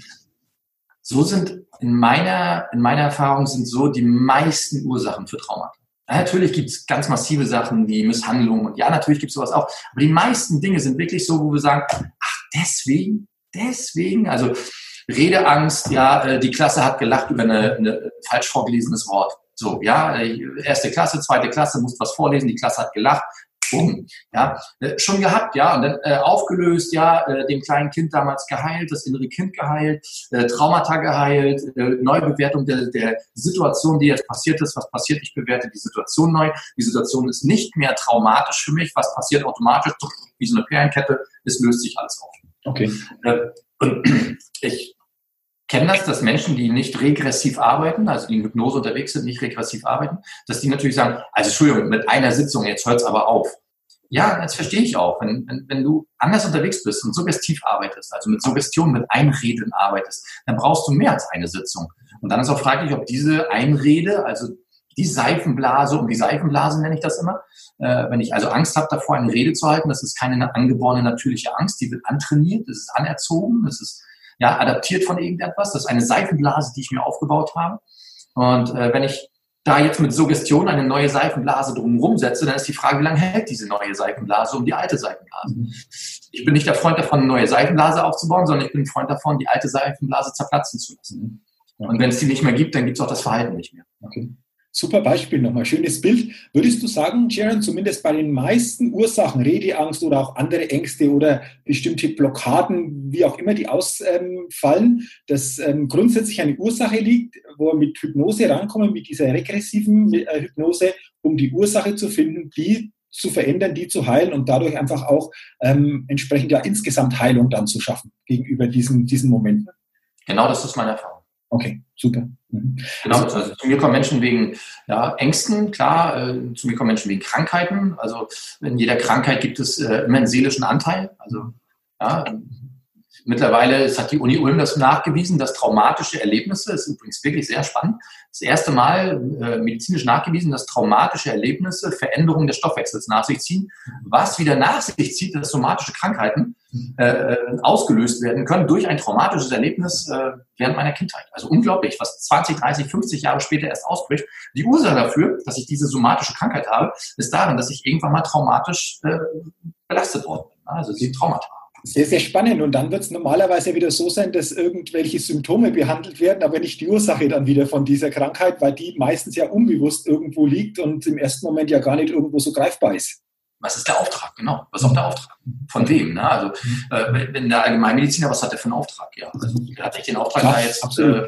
So sind in meiner, in meiner Erfahrung sind so die meisten Ursachen für Traumata. Ja, natürlich gibt es ganz massive Sachen wie Misshandlungen und ja, natürlich gibt es sowas auch. Aber die meisten Dinge sind wirklich so, wo wir sagen, ach, deswegen, deswegen, also Redeangst, ja, die Klasse hat gelacht über eine, eine falsch vorgelesenes Wort. So, ja, erste Klasse, zweite Klasse, musst was vorlesen, die Klasse hat gelacht. Boom, ja, schon gehabt, ja, und dann äh, aufgelöst, ja, äh, dem kleinen Kind damals geheilt, das innere Kind geheilt, äh, Traumata geheilt, äh, Neubewertung der, der Situation, die jetzt passiert ist, was passiert, ich bewerte die Situation neu, die Situation ist nicht mehr traumatisch für mich, was passiert automatisch, wie so eine Perlenkette, es löst sich alles auf. Okay. Äh, und ich kenne das, dass Menschen, die nicht regressiv arbeiten, also die in Hypnose unterwegs sind, nicht regressiv arbeiten, dass die natürlich sagen, also Entschuldigung, mit einer Sitzung, jetzt hört es aber auf. Ja, das verstehe ich auch. Wenn, wenn, wenn du anders unterwegs bist und suggestiv arbeitest, also mit Suggestion, mit Einreden arbeitest, dann brauchst du mehr als eine Sitzung. Und dann ist auch fraglich, ob diese Einrede, also die Seifenblase, um die Seifenblase nenne ich das immer, äh, wenn ich also Angst habe davor, eine Rede zu halten, das ist keine angeborene natürliche Angst, die wird antrainiert, das ist anerzogen, das ist ja, adaptiert von irgendetwas. Das ist eine Seifenblase, die ich mir aufgebaut habe. Und äh, wenn ich da jetzt mit Suggestion eine neue Seifenblase drumherum setze, dann ist die Frage, wie lange hält diese neue Seifenblase um die alte Seifenblase? Mhm. Ich bin nicht der Freund davon, eine neue Seifenblase aufzubauen, sondern ich bin ein Freund davon, die alte Seifenblase zerplatzen zu lassen. Mhm. Und wenn es die nicht mehr gibt, dann gibt es auch das Verhalten nicht mehr. Okay. Super Beispiel nochmal, schönes Bild. Würdest du sagen, Sharon, zumindest bei den meisten Ursachen, Redeangst oder auch andere Ängste oder bestimmte Blockaden, wie auch immer die ausfallen, dass ähm, grundsätzlich eine Ursache liegt, wo wir mit Hypnose rankommen, mit dieser regressiven äh, Hypnose, um die Ursache zu finden, die zu verändern, die zu heilen und dadurch einfach auch ähm, entsprechend ja insgesamt Heilung dann zu schaffen gegenüber diesen, diesen Momenten? Genau, das ist meine Erfahrung. Okay, super. Mhm. Genau, also zu mir kommen Menschen wegen ja, Ängsten, klar, äh, zu mir kommen Menschen wegen Krankheiten. Also in jeder Krankheit gibt es äh, immer einen seelischen Anteil. Also ja, mittlerweile es hat die Uni Ulm das nachgewiesen, dass traumatische Erlebnisse, das ist übrigens wirklich sehr spannend, das erste Mal äh, medizinisch nachgewiesen, dass traumatische Erlebnisse Veränderungen des Stoffwechsels nach sich ziehen, was wieder nach sich zieht, dass somatische Krankheiten äh, ausgelöst werden können durch ein traumatisches Erlebnis äh, während meiner Kindheit. Also unglaublich, was zwanzig, dreißig, fünfzig Jahre später erst ausbricht. Die Ursache dafür, dass ich diese somatische Krankheit habe, ist darin, dass ich irgendwann mal traumatisch äh, belastet worden bin. Also die Traumata. Sehr, sehr spannend. Und dann wird es normalerweise wieder so sein, dass irgendwelche Symptome behandelt werden, aber nicht die Ursache dann wieder von dieser Krankheit, weil die meistens ja unbewusst irgendwo liegt und im ersten Moment ja gar nicht irgendwo so greifbar ist. Was ist der Auftrag? Genau. Was ist auch der Auftrag? Von wem? Ne? Also, äh, wenn der Allgemeinmediziner, was hat der für einen Auftrag? Ja, also, der hat nicht den Auftrag, da jetzt. Absolut.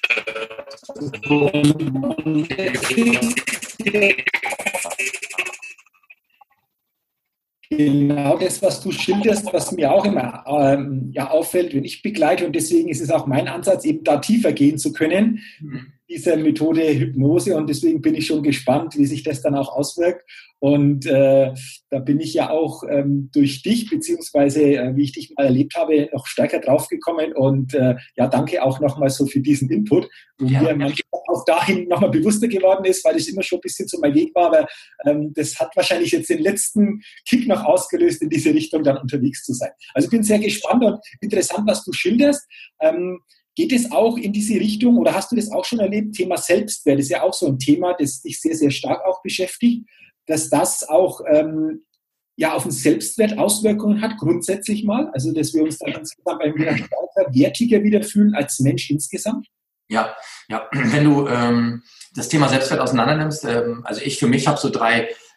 Äh, Genau das, was du schilderst, was mir auch immer ähm, ja, auffällt, wenn ich begleite. Und deswegen ist es auch mein Ansatz, eben da tiefer gehen zu können, mhm. dieser Methode Hypnose. Und deswegen bin ich schon gespannt, wie sich das dann auch auswirkt. Und äh, da bin ich ja auch ähm, durch dich, beziehungsweise äh, wie ich dich mal erlebt habe, noch stärker draufgekommen. Und äh, ja, danke auch nochmal so für diesen Input, wo ja. mir manchmal auch dahin nochmal bewusster geworden ist, weil es immer schon ein bisschen so mein Weg war. Aber ähm, das hat wahrscheinlich jetzt den letzten Kick noch ausgelöst, in diese Richtung dann unterwegs zu sein. Also ich bin sehr gespannt und interessant, was du schilderst. Ähm, Geht es auch in diese Richtung oder hast du das auch schon erlebt? Thema Selbstwert ist ja auch so ein Thema, das dich sehr, sehr stark auch beschäftigt, dass das auch ähm, ja, auf den Selbstwert Auswirkungen hat, grundsätzlich mal. Also, dass wir uns dann insgesamt wieder stärker, wertiger wieder fühlen als Mensch insgesamt. Ja, ja. Wenn du ähm, das Thema Selbstwert auseinander nimmst, ähm, also ich für mich habe so drei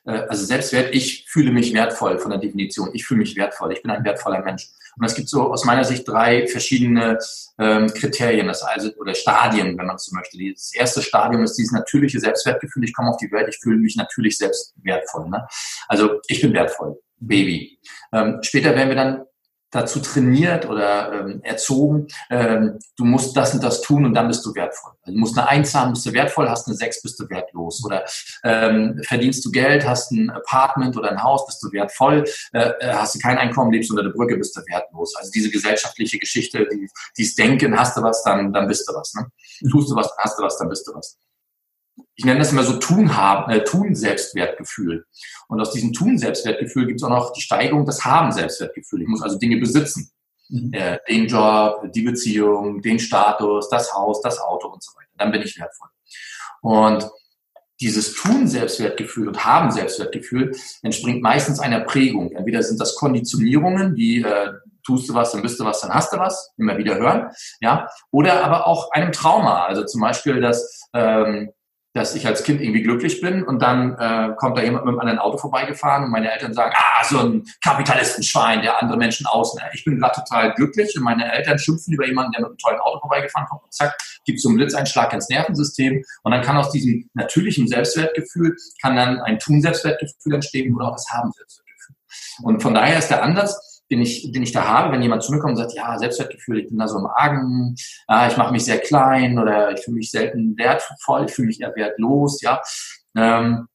äh, also Selbstwert, ich fühle mich wertvoll von der Definition. Ich fühle mich wertvoll. Ich bin ein wertvoller Mensch. Und es gibt so aus meiner Sicht drei verschiedene ähm, Kriterien, das also oder Stadien, wenn man es so möchte. Das erste Stadium ist dieses natürliche Selbstwertgefühl. Ich komme auf die Welt, ich fühle mich natürlich selbst wertvoll. Ne? Also ich bin wertvoll, Baby. Ähm, später werden wir dann dazu trainiert oder ähm, erzogen, ähm, du musst das und das tun und dann bist du wertvoll. Also du musst eine Eins haben, bist du wertvoll, hast eine Sechs, bist du wertlos. Oder ähm, verdienst du Geld, hast ein Apartment oder ein Haus, bist du wertvoll, äh, hast du kein Einkommen, lebst unter der Brücke, bist du wertlos. Also diese gesellschaftliche Geschichte, die, dieses Denken, hast du was, dann, dann bist du was. Ne? Tust du was, dann hast du was, dann bist du was. Ich nenne das immer so Tun haben, äh, Tun-Selbstwertgefühl. Und aus diesem Tun-Selbstwertgefühl gibt es auch noch die Steigerung des Haben-Selbstwertgefühl. Ich muss also Dinge besitzen. Mhm. Äh, den Job, die Beziehung, den Status, das Haus, das Auto und so weiter. Dann bin ich wertvoll. Und dieses Tun-Selbstwertgefühl und Haben-Selbstwertgefühl entspringt meistens einer Prägung. Entweder sind das Konditionierungen, wie äh, tust du was, dann bist du was, dann hast du was, immer wieder hören, ja, oder aber auch einem Trauma. Also zum Beispiel, dass ähm, dass ich als Kind irgendwie glücklich bin und dann äh, kommt da jemand mit einem anderen Auto vorbeigefahren und meine Eltern sagen, ah, so ein Kapitalistenschwein, der andere Menschen aus. Ich bin gerade total glücklich und meine Eltern schimpfen über jemanden, der mit einem tollen Auto vorbeigefahren kommt und zack, gibt es so einen Blitzeinschlag ins Nervensystem und dann kann aus diesem natürlichen Selbstwertgefühl kann dann ein Tun-Selbstwertgefühl entstehen oder auch das Haben-Selbstwertgefühl. Und von daher ist der Ansatz, den ich, den ich da habe, wenn jemand zu mir kommt und sagt, ja, Selbstwertgefühl, ich bin da so im Argen, ah, ich mache mich sehr klein oder ich fühle mich selten wertvoll, ich fühle mich eher wertlos, ja, ähm,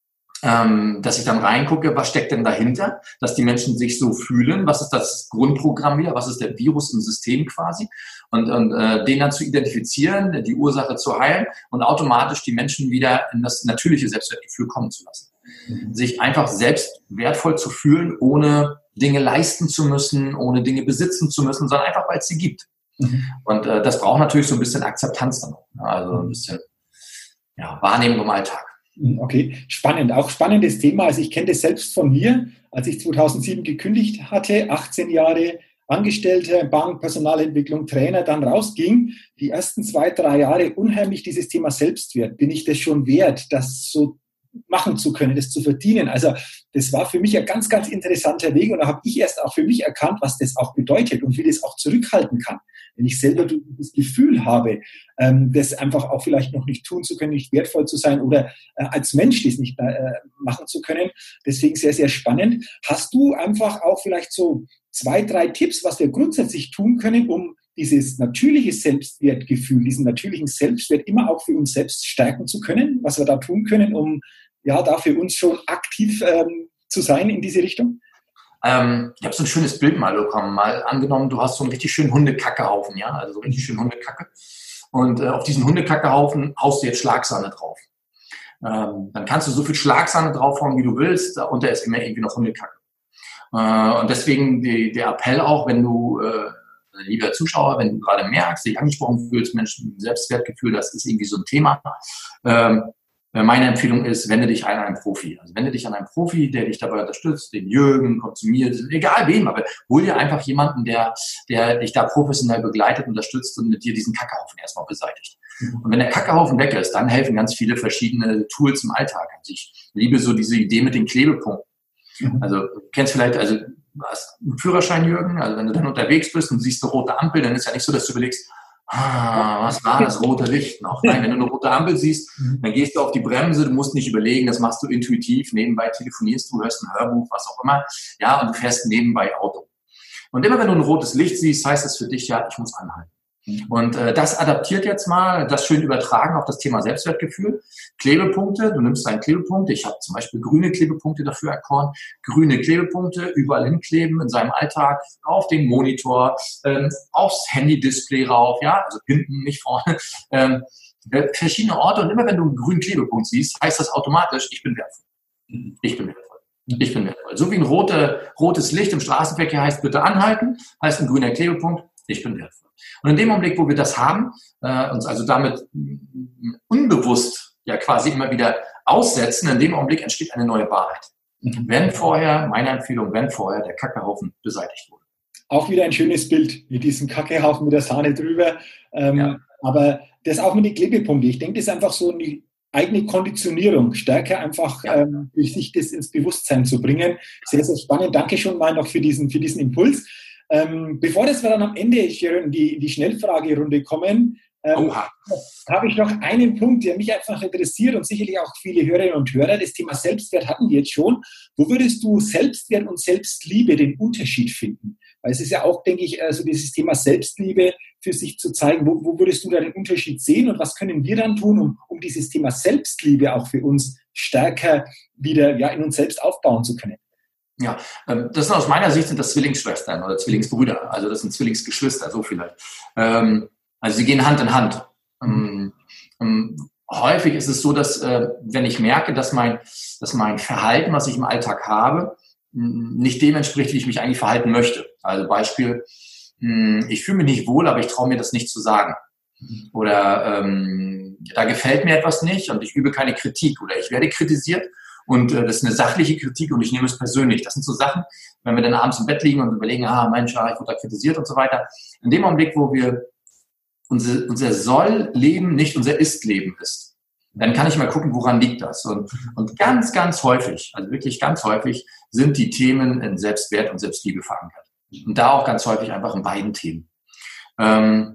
ähm, dass ich dann reingucke, was steckt denn dahinter, dass die Menschen sich so fühlen, was ist das Grundprogramm wieder, was ist der Virus im System quasi und, und äh, den dann zu identifizieren, die Ursache zu heilen und automatisch die Menschen wieder in das natürliche Selbstwertgefühl kommen zu lassen. Mhm. Sich einfach selbst wertvoll zu fühlen, ohne Dinge leisten zu müssen, ohne Dinge besitzen zu müssen, sondern einfach, weil es sie gibt. Mhm. Und äh, das braucht natürlich so ein bisschen Akzeptanz dann auch. Also ein bisschen ja, Wahrnehmung im Alltag. Okay, spannend. Auch spannendes Thema. Also ich kenne das selbst von mir, als ich zweitausendsieben gekündigt hatte, achtzehn Jahre Angestellter, Bank, Personalentwicklung, Trainer, dann rausging, die ersten zwei, drei Jahre unheimlich dieses Thema Selbstwert. Bin ich das schon wert, das so machen zu können, das zu verdienen. Also das war für mich ein ganz, ganz interessanter Weg und da habe ich erst auch für mich erkannt, was das auch bedeutet und wie das auch zurückhalten kann. Wenn ich selber das Gefühl habe, ähm, das einfach auch vielleicht noch nicht tun zu können, nicht wertvoll zu sein oder äh, als Mensch das nicht äh, machen zu können. Deswegen sehr, sehr spannend. Hast du einfach auch vielleicht so zwei, drei Tipps, was wir grundsätzlich tun können, um dieses natürliche Selbstwertgefühl, diesen natürlichen Selbstwert immer auch für uns selbst stärken zu können, was wir da tun können, um ja da für uns schon aktiv ähm, zu sein in diese Richtung? Ähm, ich habe so ein schönes Bild mal bekommen. Mal angenommen, du hast so einen richtig schönen Hundekackehaufen, ja, also so richtig schönen Hundekacke. Und äh, auf diesen Hundekackehaufen haust du jetzt Schlagsahne drauf. Ähm, dann kannst du so viel Schlagsahne draufhauen, wie du willst, und da ist immer irgendwie noch Hundekacke. Äh, und deswegen die, der Appell auch, wenn du äh, lieber Zuschauer, wenn du gerade merkst, dich angesprochen fühlst, Menschen, Selbstwertgefühl, das ist irgendwie so ein Thema. Ähm, meine Empfehlung ist, wende dich an einen Profi. Also wende dich an einen Profi, der dich dabei unterstützt, den Jürgen, konsumiert, egal wem, aber hol dir einfach jemanden, der, der dich da professionell begleitet, unterstützt und mit dir diesen Kackehaufen erstmal beseitigt. Mhm. Und wenn der Kackehaufen weg ist, dann helfen ganz viele verschiedene Tools im Alltag. Also ich liebe so diese Idee mit den Klebepunkten. Mhm. Also du kennst vielleicht, also du hast einen Führerschein, Jürgen, also wenn du dann unterwegs bist und siehst eine rote Ampel, dann ist ja nicht so, dass du überlegst, ah, was war das rote Licht noch? Nein, wenn du eine rote Ampel siehst, dann gehst du auf die Bremse, du musst nicht überlegen, das machst du intuitiv, nebenbei telefonierst du, hörst ein Hörbuch, was auch immer, ja, und du fährst nebenbei Auto. Und immer wenn du ein rotes Licht siehst, heißt das für dich, ja, ich muss anhalten. Und äh, das adaptiert jetzt mal, das schön übertragen auf das Thema Selbstwertgefühl. Klebepunkte, du nimmst einen Klebepunkt, ich habe zum Beispiel grüne Klebepunkte dafür erkoren, grüne Klebepunkte überall hinkleben in seinem Alltag, auf den Monitor, ähm, aufs Handy-Display rauf, ja, also hinten, nicht vorne, ähm, verschiedene Orte und immer wenn du einen grünen Klebepunkt siehst, heißt das automatisch, ich bin wertvoll. Ich bin wertvoll. Ich bin wertvoll. So wie ein rote, rotes Licht im Straßenverkehr heißt, bitte anhalten, heißt ein grüner Klebepunkt, ich bin wertvoll. Und in dem Augenblick, wo wir das haben, äh, uns also damit unbewusst ja quasi immer wieder aussetzen, in dem Augenblick entsteht eine neue Wahrheit. Mhm. Wenn vorher, meine Empfehlung, wenn vorher der Kackehaufen beseitigt wurde. Auch wieder ein schönes Bild mit diesem Kackehaufen mit der Sahne drüber. Ähm, ja. Aber das auch mit den Klebepunkten. Ich denke, das ist einfach so eine eigene Konditionierung stärker einfach Ja. ähm, durch sich das ins Bewusstsein zu bringen. Sehr, sehr spannend. Danke schon mal noch für diesen, für diesen Impuls. Ähm, bevor das wir dann am Ende in die, in die Schnellfragerunde kommen, ähm, habe ich noch einen Punkt, der mich einfach interessiert und sicherlich auch viele Hörerinnen und Hörer. Das Thema Selbstwert hatten wir jetzt schon. Wo würdest du Selbstwert und Selbstliebe den Unterschied finden? Weil es ist ja auch, denke ich, so also dieses Thema Selbstliebe für sich zu zeigen. Wo, wo würdest du da den Unterschied sehen und was können wir dann tun, um, um dieses Thema Selbstliebe auch für uns stärker wieder ja, in uns selbst aufbauen zu können? Ja, das sind aus meiner Sicht sind das Zwillingsschwestern oder Zwillingsbrüder, also das sind Zwillingsgeschwister, so vielleicht. Also sie gehen Hand in Hand. Häufig ist es so, dass wenn ich merke, dass mein, dass mein Verhalten, was ich im Alltag habe, nicht dem entspricht, wie ich mich eigentlich verhalten möchte. Also Beispiel, ich fühle mich nicht wohl, aber ich traue mir das nicht zu sagen. Oder ähm, da gefällt mir etwas nicht und ich übe keine Kritik oder ich werde kritisiert. Und äh, das ist eine sachliche Kritik und ich nehme es persönlich. Das sind so Sachen, wenn wir dann abends im Bett liegen und überlegen, ah, Mensch, ah, ich wurde da kritisiert und so weiter. In dem Augenblick, wo wir unser, unser Soll-Leben nicht unser Ist-Leben ist, dann kann ich mal gucken, woran liegt das. Und, und ganz, ganz häufig, also wirklich ganz häufig, sind die Themen in Selbstwert und Selbstliebe verankert. Und da auch ganz häufig einfach in beiden Themen. Ähm,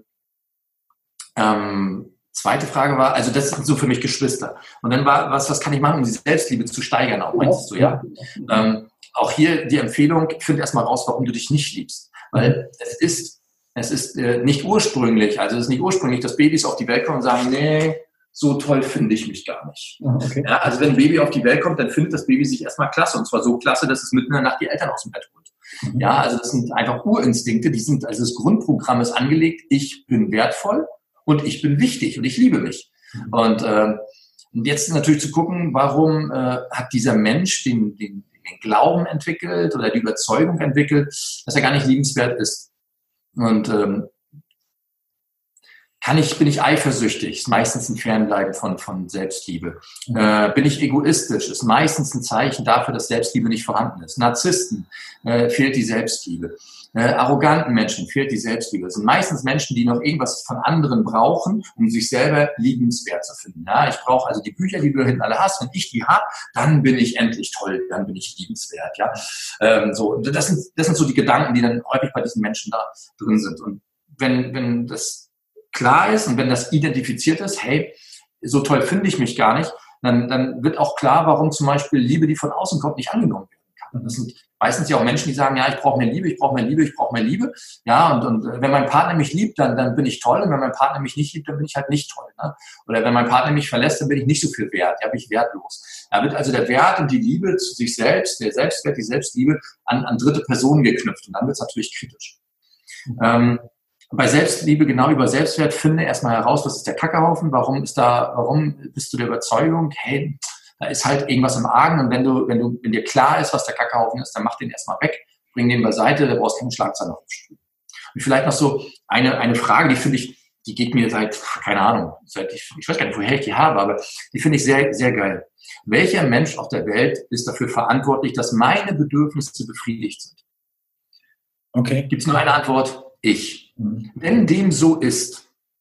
ähm, Zweite Frage war, also das sind so für mich Geschwister. Und dann war, was, was kann ich machen, um die Selbstliebe zu steigern? Auch meinst du, ja? Ähm, auch hier die Empfehlung, find erst mal raus, warum du dich nicht liebst. Weil es ist, es ist äh, nicht ursprünglich, also es ist nicht ursprünglich, dass Babys auf die Welt kommen und sagen, nee, so toll finde ich mich gar nicht. Okay. Ja, also wenn ein Baby auf die Welt kommt, dann findet das Baby sich erstmal klasse. Und zwar so klasse, dass es mitten in der Nacht die Eltern aus dem Bett holt. Mhm. Ja, also das sind einfach Urinstinkte, die sind, also das Grundprogramm ist angelegt, ich bin wertvoll. Und ich bin wichtig und ich liebe mich. Und, äh, und jetzt natürlich zu gucken, warum äh, hat dieser Mensch den, den, den Glauben entwickelt oder die Überzeugung entwickelt, dass er gar nicht liebenswert ist. Und ähm, kann ich, bin ich eifersüchtig, ist meistens ein Fernbleiben von, von Selbstliebe. Mhm. Äh, bin ich egoistisch, ist meistens ein Zeichen dafür, dass Selbstliebe nicht vorhanden ist. Narzissten, äh, fehlt die Selbstliebe. Äh, arroganten Menschen fehlt die Selbstliebe. Das sind meistens Menschen, die noch irgendwas von anderen brauchen, um sich selber liebenswert zu finden. Ja, ich brauche also die Bücher, die du hinten alle hast. Wenn ich die habe, dann bin ich endlich toll, dann bin ich liebenswert. Ja, ähm, so das sind das sind so die Gedanken, die dann häufig bei diesen Menschen da drin sind. Und wenn wenn das klar ist und wenn das identifiziert ist, hey, so toll finde ich mich gar nicht, dann dann wird auch klar, warum zum Beispiel Liebe, die von außen kommt, nicht angenommen werden kann. Das sind meistens ja auch Menschen, die sagen, ja, ich brauche mehr Liebe, ich brauche mehr Liebe, ich brauche mehr Liebe. Ja, und, und wenn mein Partner mich liebt, dann, dann bin ich toll. Und wenn mein Partner mich nicht liebt, dann bin ich halt nicht toll. Ne? Oder wenn mein Partner mich verlässt, dann bin ich nicht so viel wert. Ja, bin ich wertlos. Da wird also der Wert und die Liebe zu sich selbst, der Selbstwert, die Selbstliebe an, an dritte Personen geknüpft. Und dann wird es natürlich kritisch. Mhm. Ähm, bei Selbstliebe, genau über Selbstwert, finde erstmal heraus, was ist der Kackerhaufen? Warum ist da, warum bist du der Überzeugung, hey, da ist halt irgendwas im Argen und wenn du, wenn du, wenn dir klar ist, was der Kackerhaufen ist, dann mach den erstmal weg, bring den beiseite, da brauchst du keine Schlagzeile aufstellen. Und vielleicht noch so eine, eine Frage, die finde ich, die geht mir seit, keine Ahnung, seit ich, ich weiß gar nicht, woher ich die habe, aber die finde ich sehr, sehr geil. Welcher Mensch auf der Welt ist dafür verantwortlich, dass meine Bedürfnisse befriedigt sind? Okay. Gibt es nur eine Antwort? Ich. Mhm. Wenn dem so ist,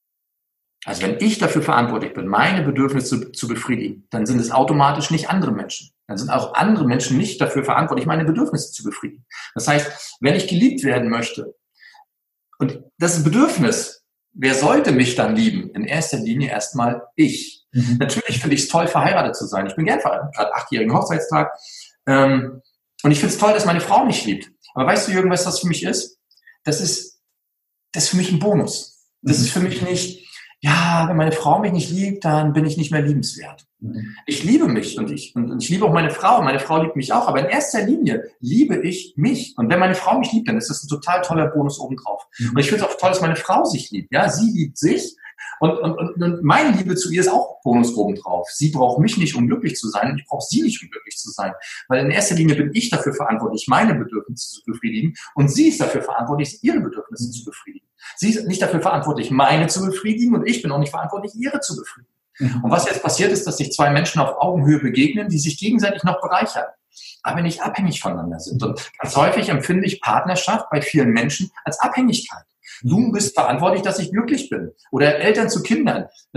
also wenn ich dafür verantwortlich bin, meine Bedürfnisse zu, zu befriedigen, dann sind es automatisch nicht andere Menschen. Dann sind auch andere Menschen nicht dafür verantwortlich, meine Bedürfnisse zu befriedigen. Das heißt, wenn ich geliebt werden möchte, und das ist ein Bedürfnis, wer sollte mich dann lieben? In erster Linie erstmal ich. Mhm. Natürlich finde ich es toll, verheiratet zu sein. Ich bin gern verheiratet, gerade achtjährigen Hochzeitstag. Ähm, und ich finde es toll, dass meine Frau mich liebt. Aber weißt du, Jürgen, was das für mich ist? Das ist, das ist für mich ein Bonus. Das mhm. ist für mich nicht, ja, wenn meine Frau mich nicht liebt, dann bin ich nicht mehr liebenswert. Mhm. Ich liebe mich und ich, und ich liebe auch meine Frau. Meine Frau liebt mich auch. Aber in erster Linie liebe ich mich. Und wenn meine Frau mich liebt, dann ist das ein total toller Bonus obendrauf. Mhm. Und ich finde es auch toll, dass meine Frau sich liebt. Ja, sie liebt sich. Und, und, und meine Liebe zu ihr ist auch Bonus obendrauf. Sie braucht mich nicht, um glücklich zu sein. Und ich brauche sie nicht, um glücklich zu sein. Weil in erster Linie bin ich dafür verantwortlich, meine Bedürfnisse zu befriedigen. Und sie ist dafür verantwortlich, ihre Bedürfnisse zu befriedigen. Sie ist nicht dafür verantwortlich, meine zu befriedigen. Und ich bin auch nicht verantwortlich, ihre zu befriedigen. Mhm. Und was jetzt passiert ist, dass sich zwei Menschen auf Augenhöhe begegnen, die sich gegenseitig noch bereichern, aber nicht abhängig voneinander sind. Und ganz häufig empfinde ich Partnerschaft bei vielen Menschen als Abhängigkeit. Du bist verantwortlich, dass ich glücklich bin. Oder Eltern zu Kindern.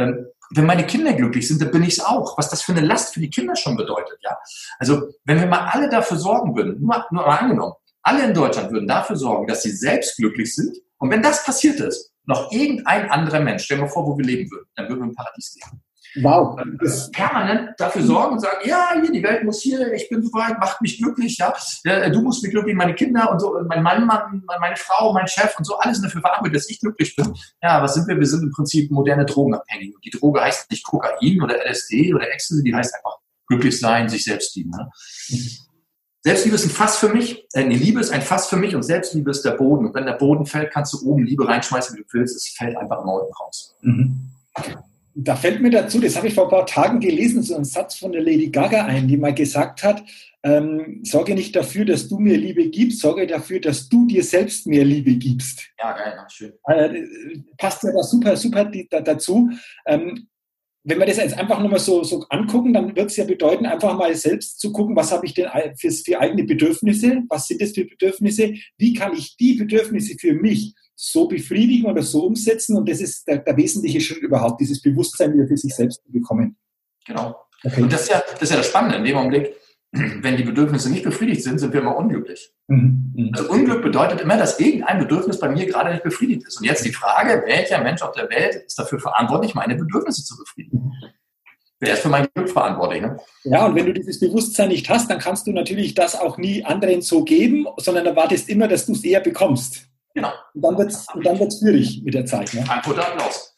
wenn meine Kinder glücklich sind, dann bin ich es auch. Was das für eine Last für die Kinder schon bedeutet, ja. Also, wenn wir mal alle dafür sorgen würden, nur, nur mal angenommen, alle in Deutschland würden dafür sorgen, dass sie selbst glücklich sind. Und wenn das passiert ist, noch irgendein anderer Mensch, stell dir mal vor, wo wir leben würden, dann würden wir im Paradies leben. Wow. Das permanent dafür sorgen und sagen, ja, hier, die Welt muss hier, ich bin so weit, macht mich glücklich, ja, du musst mich glücklich, meine Kinder und so, und mein Mann, Mann, meine Frau, mein Chef und so, alles dafür verantwortlich, dass ich glücklich bin. Ja, was sind wir? Wir sind im Prinzip moderne Drogenabhängige. Die Droge heißt nicht Kokain oder L S D oder Ecstasy, die heißt einfach glücklich sein, sich selbst lieben. Ne? Selbstliebe ist ein Fass für mich, äh, nee, Liebe ist ein Fass für mich und Selbstliebe ist der Boden. Und wenn der Boden fällt, kannst du oben Liebe reinschmeißen, wie du willst, es fällt einfach immer unten raus. Mhm. Da fällt mir dazu, das habe ich vor ein paar Tagen gelesen, so einen Satz von der Lady Gaga ein, die mal gesagt hat, ähm, sorge nicht dafür, dass du mir Liebe gibst, sorge dafür, dass du dir selbst mehr Liebe gibst. Ja, geil, schön. Äh, passt ja da super, super die, da, dazu. Ähm, wenn wir das jetzt einfach nochmal so, so angucken, dann wird es ja bedeuten, einfach mal selbst zu gucken, was habe ich denn für, für eigene Bedürfnisse, was sind das für Bedürfnisse, wie kann ich die Bedürfnisse für mich so befriedigen oder so umsetzen, und das ist der, der wesentliche Schritt überhaupt, dieses Bewusstsein wieder für sich selbst zu bekommen. Genau. Okay. Und das ist, ja, das ist ja das Spannende, in dem Augenblick, wenn die Bedürfnisse nicht befriedigt sind, sind wir immer unglücklich. Mhm. Also Unglück bedeutet immer, dass irgendein Bedürfnis bei mir gerade nicht befriedigt ist. Und jetzt die Frage, welcher Mensch auf der Welt ist dafür verantwortlich, meine Bedürfnisse zu befriedigen? Wer ist für mein Glück verantwortlich? Ne? Ja, und wenn du dieses Bewusstsein nicht hast, dann kannst du natürlich das auch nie anderen so geben, sondern erwartest immer, dass du es eher bekommst. Genau. Und dann wird es und dann wird's schwierig mit der Zeit. Ne? Ein guter Applaus.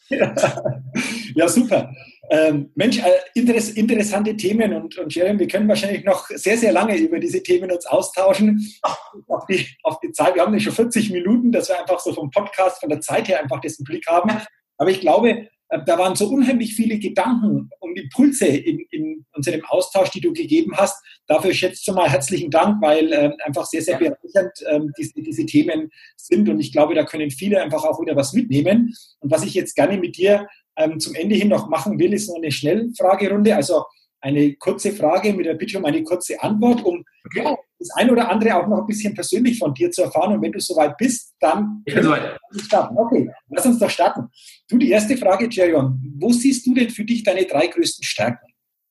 Ja, super. Ähm, Mensch, äh, interess- interessante Themen, und, und Jeremy, wir können wahrscheinlich noch sehr, sehr lange über diese Themen uns austauschen. Auf die, auf die Zeit, wir haben nicht schon vierzig Minuten, dass wir einfach so vom Podcast, von der Zeit her einfach das im Blick haben. Aber ich glaube, da waren so unheimlich viele Gedanken und Impulse in, in unserem Austausch, die du gegeben hast. Dafür schätze ich mal herzlichen Dank, weil ähm, einfach sehr, sehr bereichernd ähm, diese, diese Themen sind. Und ich glaube, da können viele einfach auch wieder was mitnehmen. Und was ich jetzt gerne mit dir ähm, zum Ende hin noch machen will, ist noch eine Schnellfragerunde. Also eine kurze Frage mit der Bitte um eine kurze Antwort, um okay. das ein oder andere auch noch ein bisschen persönlich von dir zu erfahren. Und wenn du soweit bist, dann ich bin soweit. Starten. Okay, lass uns doch starten. Du, die erste Frage, Jerion, wo siehst du denn für dich deine drei größten Stärken?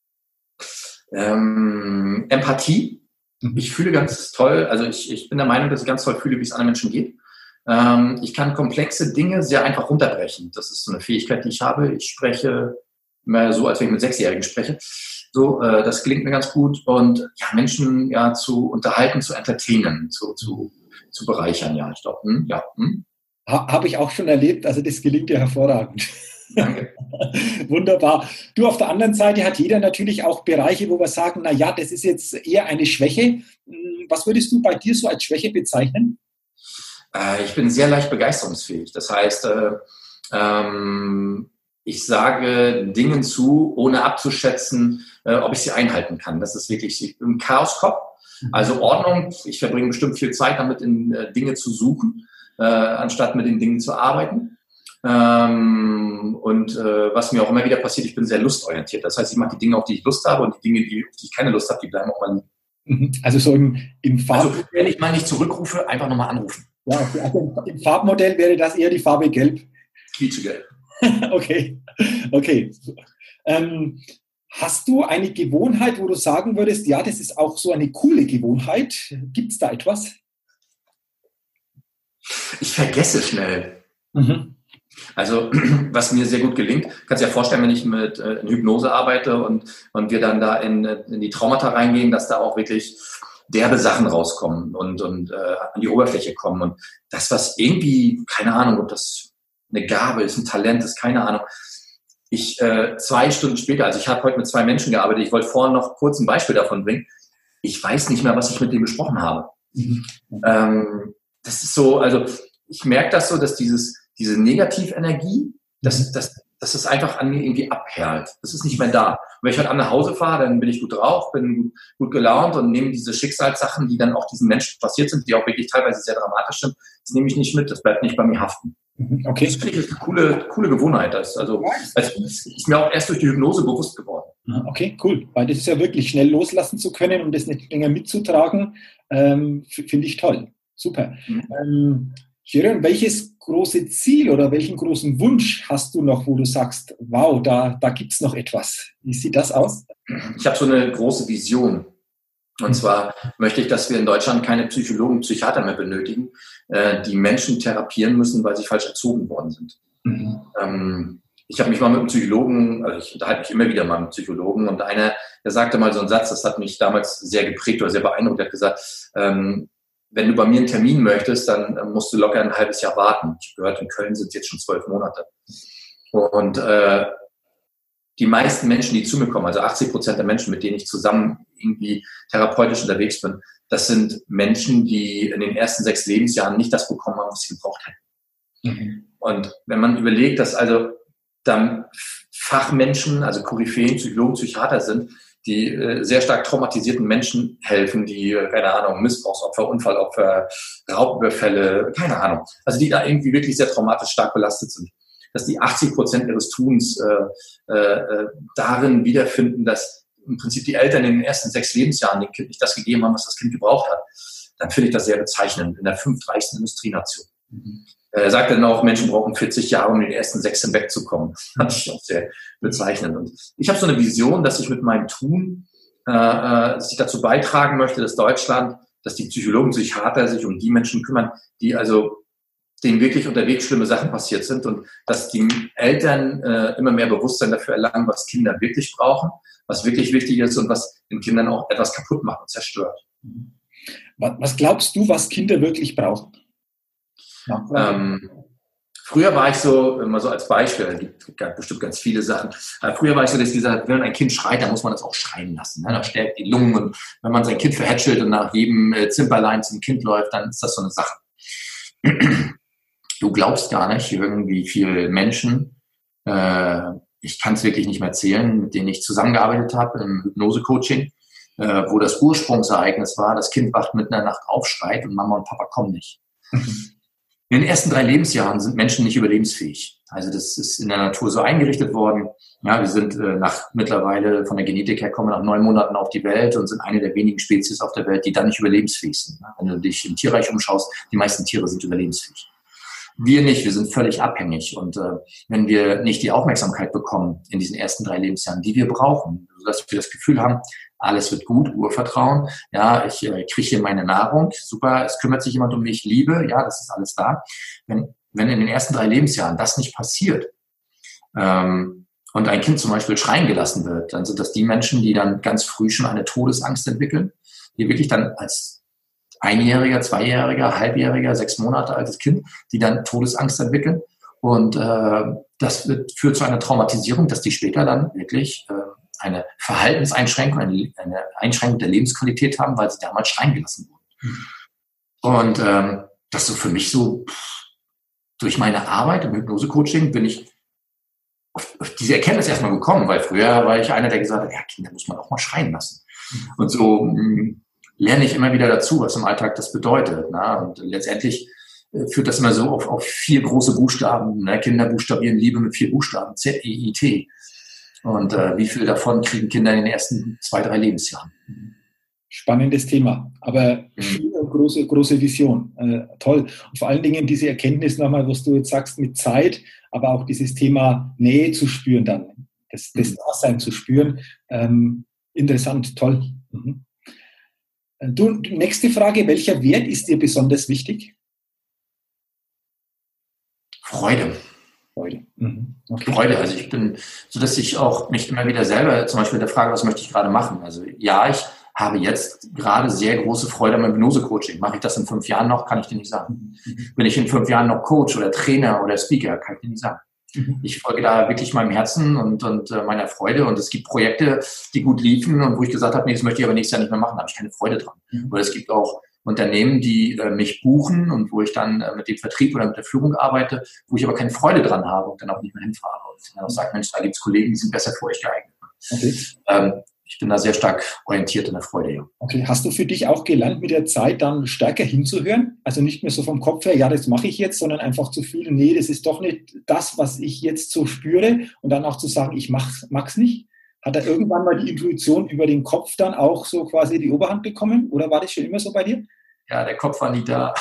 Ähm, Empathie. Mhm. Ich fühle ganz toll, also ich, ich bin der Meinung, dass ich ganz toll fühle, wie es anderen Menschen geht. Ähm, ich kann komplexe Dinge sehr einfach runterbrechen. Das ist so eine Fähigkeit, die ich habe. Ich spreche mehr so, als wenn ich mit Sechsjährigen spreche. So, äh, das gelingt mir ganz gut. Und ja, Menschen ja zu unterhalten, zu entertainen, zu, zu, zu bereichern, ja, ich glaube. Hm, ja. Hm. Ha, Habe ich auch schon erlebt, also das gelingt dir hervorragend. Danke. Wunderbar. Du, auf der anderen Seite hat jeder natürlich auch Bereiche, wo wir sagen, na ja, das ist jetzt eher eine Schwäche. Was würdest du bei dir so als Schwäche bezeichnen? Äh, ich bin sehr leicht begeisterungsfähig. Das heißt, äh, ähm, ich sage Dingen zu, ohne abzuschätzen, äh, ob ich sie einhalten kann. Das ist wirklich, ich bin ein Chaoskopf. Also Ordnung, ich verbringe bestimmt viel Zeit damit, in äh, Dinge zu suchen, äh, anstatt mit den Dingen zu arbeiten. Ähm, und äh, was mir auch immer wieder passiert, ich bin sehr lustorientiert. Das heißt, ich mache die Dinge, auf die ich Lust habe, und die Dinge, die, auf die ich keine Lust habe, die bleiben auch mal liegen. Also so im, im Farb... Also wenn ich mal nicht zurückrufe, einfach nochmal anrufen. Ja, okay. Also im Farbmodell wäre das eher die Farbe Gelb. Quietschegelb. Okay, okay. Ähm, hast du eine Gewohnheit, wo du sagen würdest, ja, das ist auch so eine coole Gewohnheit? Gibt es da etwas? Ich vergesse schnell. Mhm. Also, was mir sehr gut gelingt, kannst du dir ja vorstellen, wenn ich mit äh, in Hypnose arbeite und, und wir dann da in, in die Traumata reingehen, dass da auch wirklich derbe Sachen rauskommen und, und äh, an die Oberfläche kommen. Und das, was irgendwie, keine Ahnung, ob das eine Gabe ist, ein Talent ist, keine Ahnung. Ich, äh, zwei Stunden später, also ich habe heute mit zwei Menschen gearbeitet, ich wollte vorhin noch kurz ein Beispiel davon bringen. Ich weiß nicht mehr, was ich mit denen besprochen habe. Mhm. Ähm, das ist so, also ich merke das so, dass dieses, diese Negativenergie, das, das, dass es einfach an mir irgendwie abperlt. Das ist nicht mehr da. Und wenn ich heute Abend nach Hause fahre, dann bin ich gut drauf, bin gut, gut gelaunt und nehme diese Schicksalssachen, die dann auch diesen Menschen passiert sind, die auch wirklich teilweise sehr dramatisch sind, das nehme ich nicht mit, das bleibt nicht bei mir haften. Okay. Das finde ich eine coole, coole Gewohnheit. Das also, also ist mir auch erst durch die Hypnose bewusst geworden. Okay, cool. Weil das ist ja wirklich schnell loslassen zu können und das nicht länger mitzutragen, ähm, finde ich toll. Super. Mhm. Ähm, Jörn, welches große Ziel oder welchen großen Wunsch hast du noch, wo du sagst, wow, da, da gibt es noch etwas? Wie sieht das aus? Ich habe so eine große Vision. Und zwar möchte ich, dass wir in Deutschland keine Psychologen, Psychiater mehr benötigen, äh, die Menschen therapieren müssen, weil sie falsch erzogen worden sind. Mhm. Ähm, ich habe mich mal mit einem Psychologen, also ich unterhalte mich immer wieder mal mit Psychologen, und einer, der sagte mal so einen Satz, das hat mich damals sehr geprägt oder sehr beeindruckt, der hat gesagt, ähm, wenn du bei mir einen Termin möchtest, dann äh, musst du locker ein halbes Jahr warten. Ich habe gehört, in Köln sind es jetzt schon zwölf Monate. Und äh, die meisten Menschen, die zu mir kommen, also achtzig Prozent der Menschen, mit denen ich zusammen irgendwie therapeutisch unterwegs bin, das sind Menschen, die in den ersten sechs Lebensjahren nicht das bekommen haben, was sie gebraucht hätten. Mhm. Und wenn man überlegt, dass also dann Fachmenschen, also Koryphäen, Psychologen, Psychiater sind, die äh, sehr stark traumatisierten Menschen helfen, die, äh, keine Ahnung, Missbrauchsopfer, Unfallopfer, Raubüberfälle, keine Ahnung, also die da irgendwie wirklich sehr traumatisch stark belastet sind, dass die achtzig Prozent ihres Tuns äh, äh, darin wiederfinden, dass im Prinzip die Eltern in den ersten sechs Lebensjahren dem Kind nicht das gegeben haben, was das Kind gebraucht hat, dann finde ich das sehr bezeichnend in der fünftreichsten Industrienation. Mhm. Er sagt dann auch, Menschen brauchen vierzig Jahre, um in den ersten sechs hinwegzukommen. Das fand ich auch sehr bezeichnend. Und ich habe so eine Vision, dass ich mit meinem Tun, äh, dass ich dazu beitragen möchte, dass Deutschland, dass die Psychologen, Psychiater sich um die Menschen kümmern, die also denen wirklich unterwegs schlimme Sachen passiert sind, und dass die Eltern äh, immer mehr Bewusstsein dafür erlangen, was Kinder wirklich brauchen, was wirklich wichtig ist und was den Kindern auch etwas kaputt macht und zerstört. Was glaubst du, was Kinder wirklich brauchen? Ja, ähm, früher war ich so, immer so als Beispiel, es gibt bestimmt ganz viele Sachen, aber früher war ich so, dass dieser, wenn ein Kind schreit, dann muss man das auch schreien lassen. Ne? Das stärkt die Lungen, und wenn man sein Kind verhätschelt und nach jedem äh, Zimperlein zum Kind läuft, dann ist das so eine Sache. Du glaubst gar nicht, irgendwie viele Menschen, äh, ich kann es wirklich nicht mehr zählen, mit denen ich zusammengearbeitet habe im Hypnose-Coaching, äh, wo das Ursprungsereignis war, das Kind wacht mitten in der Nacht auf, schreit und Mama und Papa kommen nicht. In den ersten drei Lebensjahren sind Menschen nicht überlebensfähig. Also das ist in der Natur so eingerichtet worden. Ja, wir sind äh, nach mittlerweile von der Genetik her kommen nach neun Monaten auf die Welt und sind eine der wenigen Spezies auf der Welt, die dann nicht überlebensfähig sind. Wenn du dich im Tierreich umschaust, die meisten Tiere sind überlebensfähig. Wir nicht, wir sind völlig abhängig. Und äh, wenn wir nicht die Aufmerksamkeit bekommen in diesen ersten drei Lebensjahren, die wir brauchen, sodass wir das Gefühl haben, alles wird gut, Urvertrauen, ja, ich äh, kriege hier meine Nahrung, super, es kümmert sich jemand um mich, Liebe, ja, das ist alles da. Wenn, wenn in den ersten drei Lebensjahren das nicht passiert ähm, und ein Kind zum Beispiel schreien gelassen wird, dann sind das die Menschen, die dann ganz früh schon eine Todesangst entwickeln, die wirklich dann als Einjähriger, Zweijähriger, Halbjähriger, sechs Monate altes Kind, die dann Todesangst entwickeln. Und äh, das wird, führt zu einer Traumatisierung, dass die später dann wirklich äh, eine Verhaltenseinschränkung, eine, eine Einschränkung der Lebensqualität haben, weil sie damals schreien gelassen wurden. Mhm. Und ähm, das so für mich so, durch meine Arbeit im Hypnose-Coaching bin ich auf, auf diese Erkenntnis erstmal gekommen, weil früher war ich einer, der gesagt hat, ja, Kinder muss man auch mal schreien lassen. Mhm. Und so mh, lerne ich immer wieder dazu, was im Alltag das bedeutet. Na? Und letztendlich äh, führt das immer so auf, auf vier große Buchstaben. Ne? Kinder buchstabieren Liebe mit vier Buchstaben, Z E I T. Und äh, wie viel davon kriegen Kinder in den ersten zwei, drei Lebensjahren? Spannendes Thema, aber viel und große, große Vision. Äh, toll. Und vor allen Dingen diese Erkenntnis nochmal, was du jetzt sagst, mit Zeit, aber auch dieses Thema Nähe zu spüren dann, das, das Dasein zu spüren. Ähm, interessant, toll. Mhm. Du, nächste Frage, welcher Wert ist dir besonders wichtig? Freude. Freude. Mhm. Okay. Freude. Also ich bin, so dass ich auch mich immer wieder selber zum Beispiel der Frage, was möchte ich gerade machen? Also ja, ich habe jetzt gerade sehr große Freude am Hypnose-Coaching. Mache ich das in fünf Jahren noch? Kann ich dir nicht sagen. Mhm. Bin ich in fünf Jahren noch Coach oder Trainer oder Speaker? Kann ich dir nicht sagen. Mhm. Ich folge da wirklich meinem Herzen und, und äh, meiner Freude. Und es gibt Projekte, die gut liefen und wo ich gesagt habe, nee, das möchte ich aber nächstes Jahr nicht mehr machen. Da habe ich keine Freude dran. Mhm. Oder es gibt auch Unternehmen, die äh, mich buchen und wo ich dann äh, mit dem Vertrieb oder mit der Führung arbeite, wo ich aber keine Freude dran habe und dann auch nicht mehr hinfahre. Und ich dann auch sage, Mensch, da gibt es Kollegen, die sind besser für euch geeignet. Okay. Ähm, ich bin da sehr stark orientiert in der Freude. Ja. Okay, hast du für dich auch gelernt, mit der Zeit dann stärker hinzuhören? Also nicht mehr so vom Kopf her, ja, das mache ich jetzt, sondern einfach zu fühlen, nee, das ist doch nicht das, was ich jetzt so spüre, und dann auch zu sagen, ich mach's, mag's nicht. Hat da irgendwann mal die Intuition über den Kopf dann auch so quasi die Oberhand bekommen? Oder war das schon immer so bei dir? ja, der Kopf war nie da.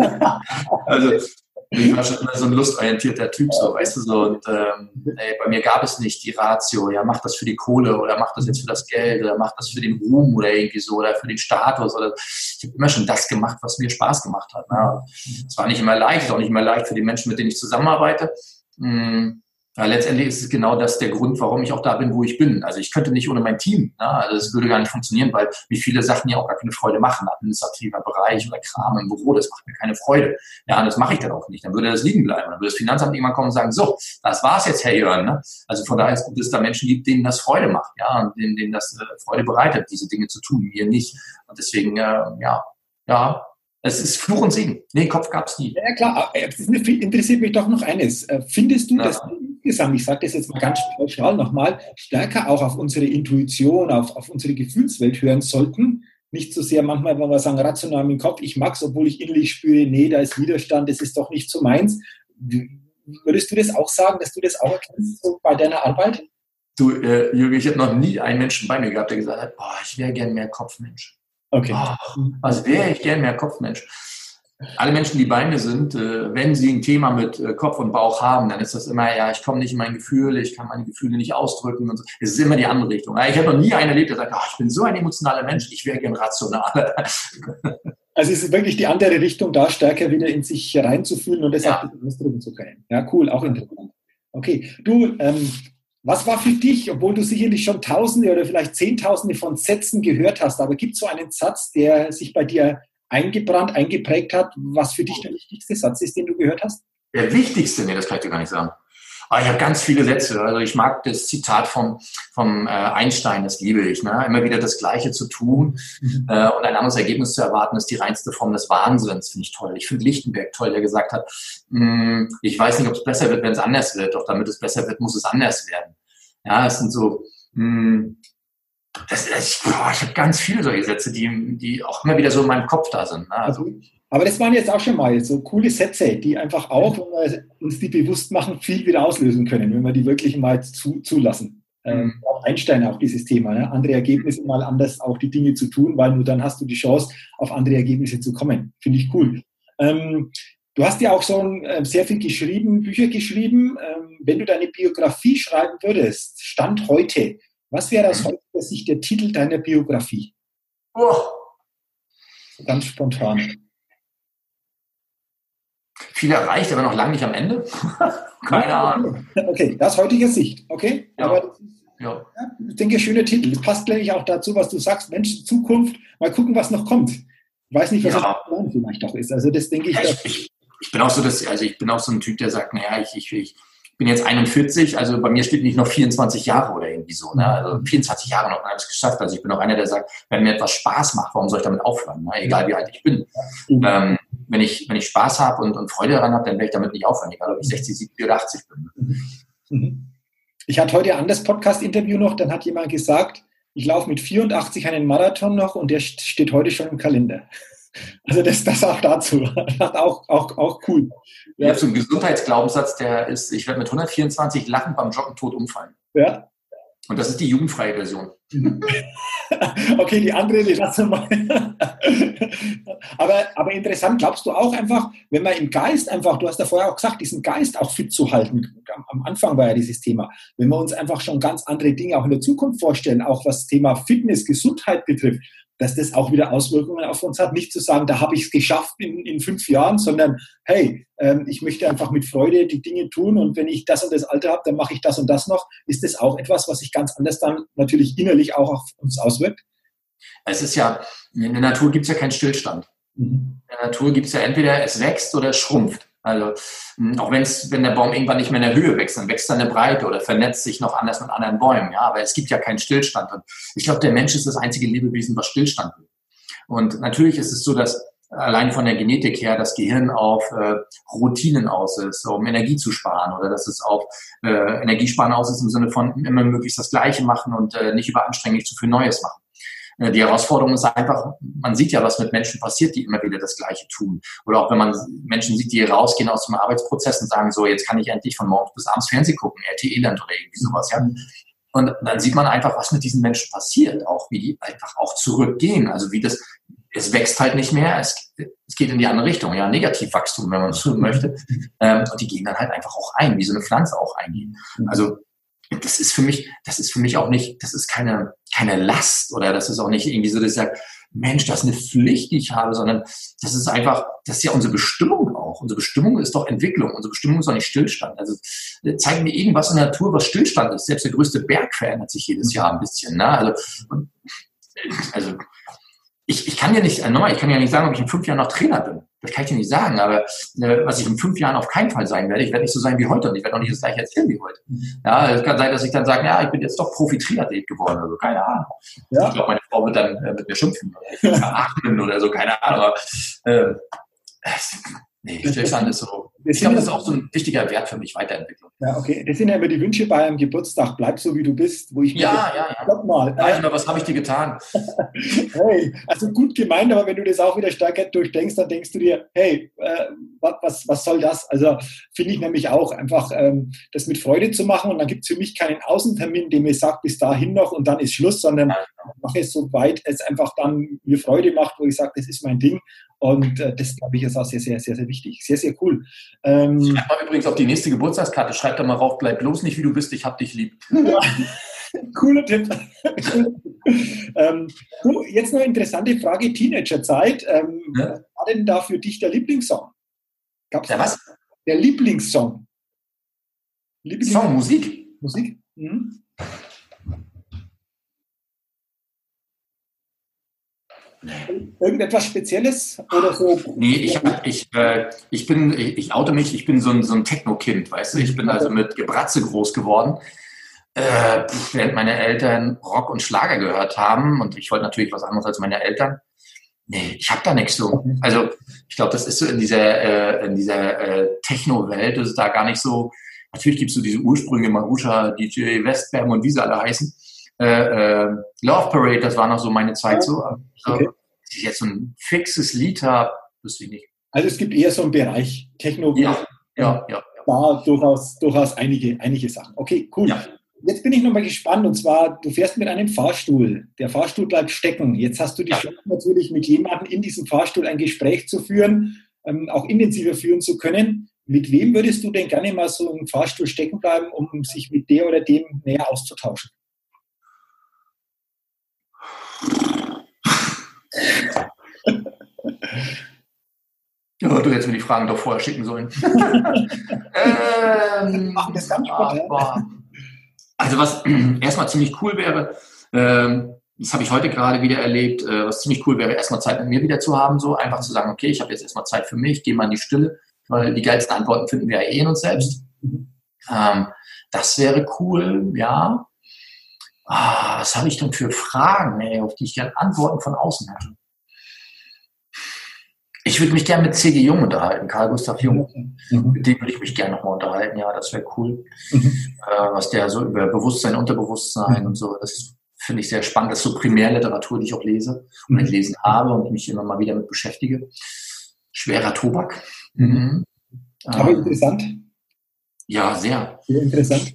Also ich war schon immer so ein lustorientierter Typ, so, weißt du, so. Und ähm, ey, bei mir gab es nicht die Ratio, ja, mach das für die Kohle oder mach das jetzt für das Geld oder mach das für den Ruhm oder irgendwie so oder für den Status. Oder ich habe immer schon das gemacht, was mir Spaß gemacht hat. Ne? Es war nicht immer leicht, es ist auch nicht immer leicht für die Menschen, mit denen ich zusammenarbeite. Hm. Ja, letztendlich ist es genau das der Grund, warum ich auch da bin, wo ich bin. Also ich könnte nicht ohne mein Team. Ne? Also es würde gar nicht funktionieren, weil mir viele Sachen ja auch gar keine Freude machen. Administrativer Bereich oder Kram im Büro, das macht mir keine Freude. Ja, und das mache ich dann auch nicht. Dann würde das liegen bleiben. Dann würde das Finanzamt irgendwann kommen und sagen, so, das war's jetzt, Herr Jörn. Ne? Also von daher ist es gut, dass es da Menschen gibt, denen das Freude macht. Ja, und denen, denen das äh, Freude bereitet, diese Dinge zu tun. Mir nicht. Und deswegen, äh, ja, ja, es ist Fluch und Segen. Nee, Kopf gab's nie. Ja, klar. Es interessiert mich doch noch eines. Findest du, ja, dass insgesamt, ich sage das jetzt mal ganz pauschal nochmal, stärker auch auf unsere Intuition, auf, auf unsere Gefühlswelt hören sollten? Nicht so sehr manchmal, wenn wir sagen, rational im Kopf, ich mag's, obwohl ich innerlich spüre, nee, da ist Widerstand, das ist doch nicht so meins. Würdest du das auch sagen, dass du das auch erkennst so bei deiner Arbeit? Du, äh, Jürgen, ich habe noch nie einen Menschen bei mir gehabt, der gesagt hat, boah, ich wäre gern mehr Kopfmensch. Okay. Oh, also wäre ich gern mehr Kopfmensch. Alle Menschen, die bei mir sind, äh, wenn sie ein Thema mit äh, Kopf und Bauch haben, dann ist das immer, ja, ich komme nicht in mein Gefühl, ich kann meine Gefühle nicht ausdrücken und so. Es ist immer die andere Richtung. Ich habe noch nie einen erlebt, der sagt, oh, ich bin so ein emotionaler Mensch, ich wäre gern rational. Also es ist wirklich die andere Richtung, da stärker wieder in sich reinzufühlen und das ja. auch ausdrücken zu können. Ja, cool, auch interessant. Okay, du, ähm, was war für dich, obwohl du sicherlich schon Tausende oder vielleicht Zehntausende von Sätzen gehört hast, aber gibt es so einen Satz, der sich bei dir eingebrannt, eingeprägt hat, was für dich der wichtigste Satz ist, den du gehört hast? Der wichtigste? Nee, das kann ich dir gar nicht sagen. Aber ich habe ganz viele Sätze. Also ich mag das Zitat vom, vom äh, Einstein, das liebe ich. Ne? Immer wieder das Gleiche zu tun mhm. äh, und ein anderes Ergebnis zu erwarten, ist die reinste Form des Wahnsinns, finde ich toll. Ich finde Lichtenberg toll, der gesagt hat, mh, ich weiß nicht, ob es besser wird, wenn es anders wird, doch damit es besser wird, muss es anders werden. Ja, es sind so... Mh, Das, ich boah, ich habe ganz viele solche Sätze, die, die auch immer wieder so in meinem Kopf da sind. Ne? Also, aber das waren jetzt auch schon mal so coole Sätze, die einfach auch, wenn wir uns die bewusst machen, viel wieder auslösen können, wenn wir die wirklich mal zu, zulassen. Mhm. Ähm, auch Einstein auch dieses Thema, ne? Andere Ergebnisse, mal anders auch die Dinge zu tun, weil nur dann hast du die Chance, auf andere Ergebnisse zu kommen. Finde ich cool. Ähm, du hast ja auch so ein, sehr viel geschrieben, Bücher geschrieben. Ähm, wenn du deine Biografie schreiben würdest, Stand heute, was wäre aus heutiger Sicht der Titel deiner Biografie? Oh. Ganz spontan. Viel erreicht, aber noch lange nicht am Ende. Keine Ahnung. Okay, das aus heutiger Sicht. Okay, ja. aber das ist, ja. Ja, ich denke, schöner Titel. Das passt, glaube ich, auch dazu, was du sagst. Mensch, Zukunft, mal gucken, was noch kommt. Ich weiß nicht, was ja. das vielleicht auch ist. Also das denke ich. Ja, ich, ich, ich bin auch so, dass, also ich bin auch so ein Typ, der sagt, naja, ich, ich, ich bin jetzt einundvierzig, also bei mir steht nicht noch vierundzwanzig Jahre oder irgendwie so. Ne? Also vierundzwanzig Jahre noch, dann habe ich es geschafft. Also ich bin auch einer, der sagt, wenn mir etwas Spaß macht, warum soll ich damit aufhören? Ne? Egal wie alt ich bin. Mhm. Ähm, wenn ich, wenn ich Spaß habe und, und Freude daran habe, dann werde ich damit nicht aufhören, egal ob ich sechzig, siebzig oder achtzig bin. Mhm. Ich hatte heute ein anderes Podcast-Interview noch, dann hat jemand gesagt, ich laufe mit vierundachtzig einen Marathon noch und der steht heute schon im Kalender. Also das, das auch dazu. auch, auch, auch cool. Ich habe so einen Gesundheitsglaubenssatz, der ist, ich werde mit hundertvierundzwanzig lachend beim Joggen tot umfallen. Ja. Und das ist die jugendfreie Version. Okay, die andere, die lassen wir mal. aber, aber interessant, glaubst du auch einfach, wenn man im Geist einfach, du hast ja vorher auch gesagt, diesen Geist auch fit zu halten, am Anfang war ja dieses Thema, wenn wir uns einfach schon ganz andere Dinge auch in der Zukunft vorstellen, auch was das Thema Fitness, Gesundheit betrifft, dass das auch wieder Auswirkungen auf uns hat. Nicht zu sagen, da habe ich es geschafft in, in fünf Jahren, sondern hey, ähm, ich möchte einfach mit Freude die Dinge tun und wenn ich das und das Alter habe, dann mache ich das und das noch. Ist das auch etwas, was sich ganz anders dann natürlich innerlich auch auf uns auswirkt? Es ist ja, in der Natur gibt es ja keinen Stillstand. Mhm. In der Natur gibt es ja entweder, es wächst oder es schrumpft. Also auch wenn's, wenn der Baum irgendwann nicht mehr in der Höhe wächst, dann wächst er in der Breite oder vernetzt sich noch anders mit anderen Bäumen. Ja, aber es gibt ja keinen Stillstand. Und ich glaube, der Mensch ist das einzige Lebewesen, was Stillstand will. Und natürlich ist es so, dass allein von der Genetik her das Gehirn auf äh, Routinen aus ist, um Energie zu sparen oder dass es auf äh, Energiesparen aus ist im Sinne von immer möglichst das Gleiche machen und äh, nicht überanstrengen, nicht zu viel Neues machen. Die Herausforderung ist einfach, man sieht ja, was mit Menschen passiert, die immer wieder das Gleiche tun. Oder auch wenn man Menschen sieht, die rausgehen aus dem Arbeitsprozess und sagen so, jetzt kann ich endlich von morgens bis abends Fernsehen gucken, R T E-Land oder irgendwie sowas, ja. Und dann sieht man einfach, was mit diesen Menschen passiert, auch wie die einfach auch zurückgehen. Also wie das es wächst halt nicht mehr, es, es geht in die andere Richtung, ja, Negativwachstum, wenn man so möchte. Ähm, und die gehen dann halt einfach auch ein, wie so eine Pflanze auch eingeht. Also das ist für mich, das ist für mich auch nicht, das ist keine, keine Last oder das ist auch nicht irgendwie so, dass ich sage, Mensch, das ist eine Pflicht, die ich habe, sondern das ist einfach, das ist ja unsere Bestimmung auch. Unsere Bestimmung ist doch Entwicklung. Unsere Bestimmung ist doch nicht Stillstand. Also zeigen mir irgendwas in der Natur, was Stillstand ist. Selbst der größte Berg verändert sich jedes Jahr ein bisschen. Ne? Also, also ich, ich kann ja nicht, nochmal, ich kann ja nicht sagen, ob ich in fünf Jahren noch Trainer bin. Das kann ich dir nicht sagen, aber äh, was ich in fünf Jahren auf keinen Fall sein werde, ich werde nicht so sein wie heute und ich werde auch nicht das gleiche erzählen wie heute. Ja, es kann sein, dass ich dann sage, ja, ich bin jetzt doch Profi-Triathlet geworden oder so, keine Ahnung. Ja. Ich glaube, meine Frau wird dann äh, mit mir schimpfen oder verachten oder so, keine Ahnung. Aber, äh, nee, Stillstand ist so, ich glaube, das ist auch so ein wichtiger Wert für mich, Weiterentwicklung. Ja, okay. Das sind ja immer die Wünsche bei einem Geburtstag. Bleib so, wie du bist. Wo ich mir ja, ja, ja. Stopp mal. Nein, aber was habe ich dir getan? Hey, also gut gemeint, aber wenn du das auch wieder stärker durchdenkst, dann denkst du dir, hey, äh, was, was soll das? Also finde ich nämlich auch einfach, ähm, das mit Freude zu machen und dann gibt es für mich keinen Außentermin, der mir sagt, bis dahin noch und dann ist Schluss, sondern ich mache es so weit, es einfach dann mir Freude macht, wo ich sage, das ist mein Ding. Und äh, das, glaube ich, ist auch sehr, sehr, sehr, sehr wichtig. Sehr, sehr cool. Ähm, Schreib mal übrigens auf die nächste Geburtstagskarte, schreib da mal rauf, bleib bloß nicht, wie du bist, ich hab dich lieb. Ja, cooler Tipp. ähm, du, jetzt noch eine interessante Frage, Teenagerzeit. Ähm, ja. Was war denn da für dich der Lieblingssong? Gab's der was? Der Lieblingssong. Lieblings- Song, Musik? Musik? Mhm. Nee. Irgendetwas Spezielles oder so? Nee, ich, ich, äh, ich bin, ich, ich oute mich, ich bin so ein, so ein Techno-Kind, weißt du? Ich bin also mit Gebratze groß geworden, äh, während meine Eltern Rock und Schlager gehört haben und ich wollte natürlich was anderes als meine Eltern. Nee, ich habe da nichts so. Also ich glaube, das ist so in dieser, äh, in dieser äh, Techno-Welt, das ist da gar nicht so, natürlich gibt es so diese Ursprünge, Marusha, D J Westbam und wie sie alle heißen. Äh, äh, Love Parade, das war noch so meine Zeit so. Okay. Dass ich jetzt so ein fixes Lied habe, wüsste ich nicht. Also es gibt eher so einen Bereich Techno. Ja, ja, ja. Da durchaus, durchaus einige, einige Sachen. Okay, cool. Ja. Jetzt bin ich nochmal gespannt und zwar, du fährst mit einem Fahrstuhl. Der Fahrstuhl bleibt stecken. Jetzt hast du die ja. Chance natürlich mit jemandem in diesem Fahrstuhl ein Gespräch zu führen, ähm, auch intensiver führen zu können. Mit wem würdest du denn gerne mal so im Fahrstuhl stecken bleiben, um sich mit der oder dem näher auszutauschen? Ja, du hättest mir die Fragen doch vorher schicken sollen. ähm, Machen das ganz spontan. Also was erstmal ziemlich cool wäre, ähm, das habe ich heute gerade wieder erlebt, äh, was ziemlich cool wäre, erstmal Zeit mit mir wieder zu haben, so einfach zu sagen, okay, ich habe jetzt erstmal Zeit für mich, gehe mal in die Stille, weil die geilsten Antworten finden wir ja eh in uns selbst. Ähm, das wäre cool, ja. Ah, was habe ich denn für Fragen, ey, auf die ich gerne Antworten von außen hätte? Ich würde mich gerne mit C G Jung unterhalten, Carl Gustav Jung. Mhm. Mit dem würde ich mich gerne nochmal unterhalten, ja, das wäre cool. Mhm. Äh, was der so über Bewusstsein, Unterbewusstsein mhm. und so, das finde ich sehr spannend. Das ist so Primärliteratur, die ich auch lese und mhm. gelesen habe und mich immer mal wieder mit beschäftige. Schwerer Tobak. Mhm. Aber ähm, interessant. Ja, sehr. Sehr interessant.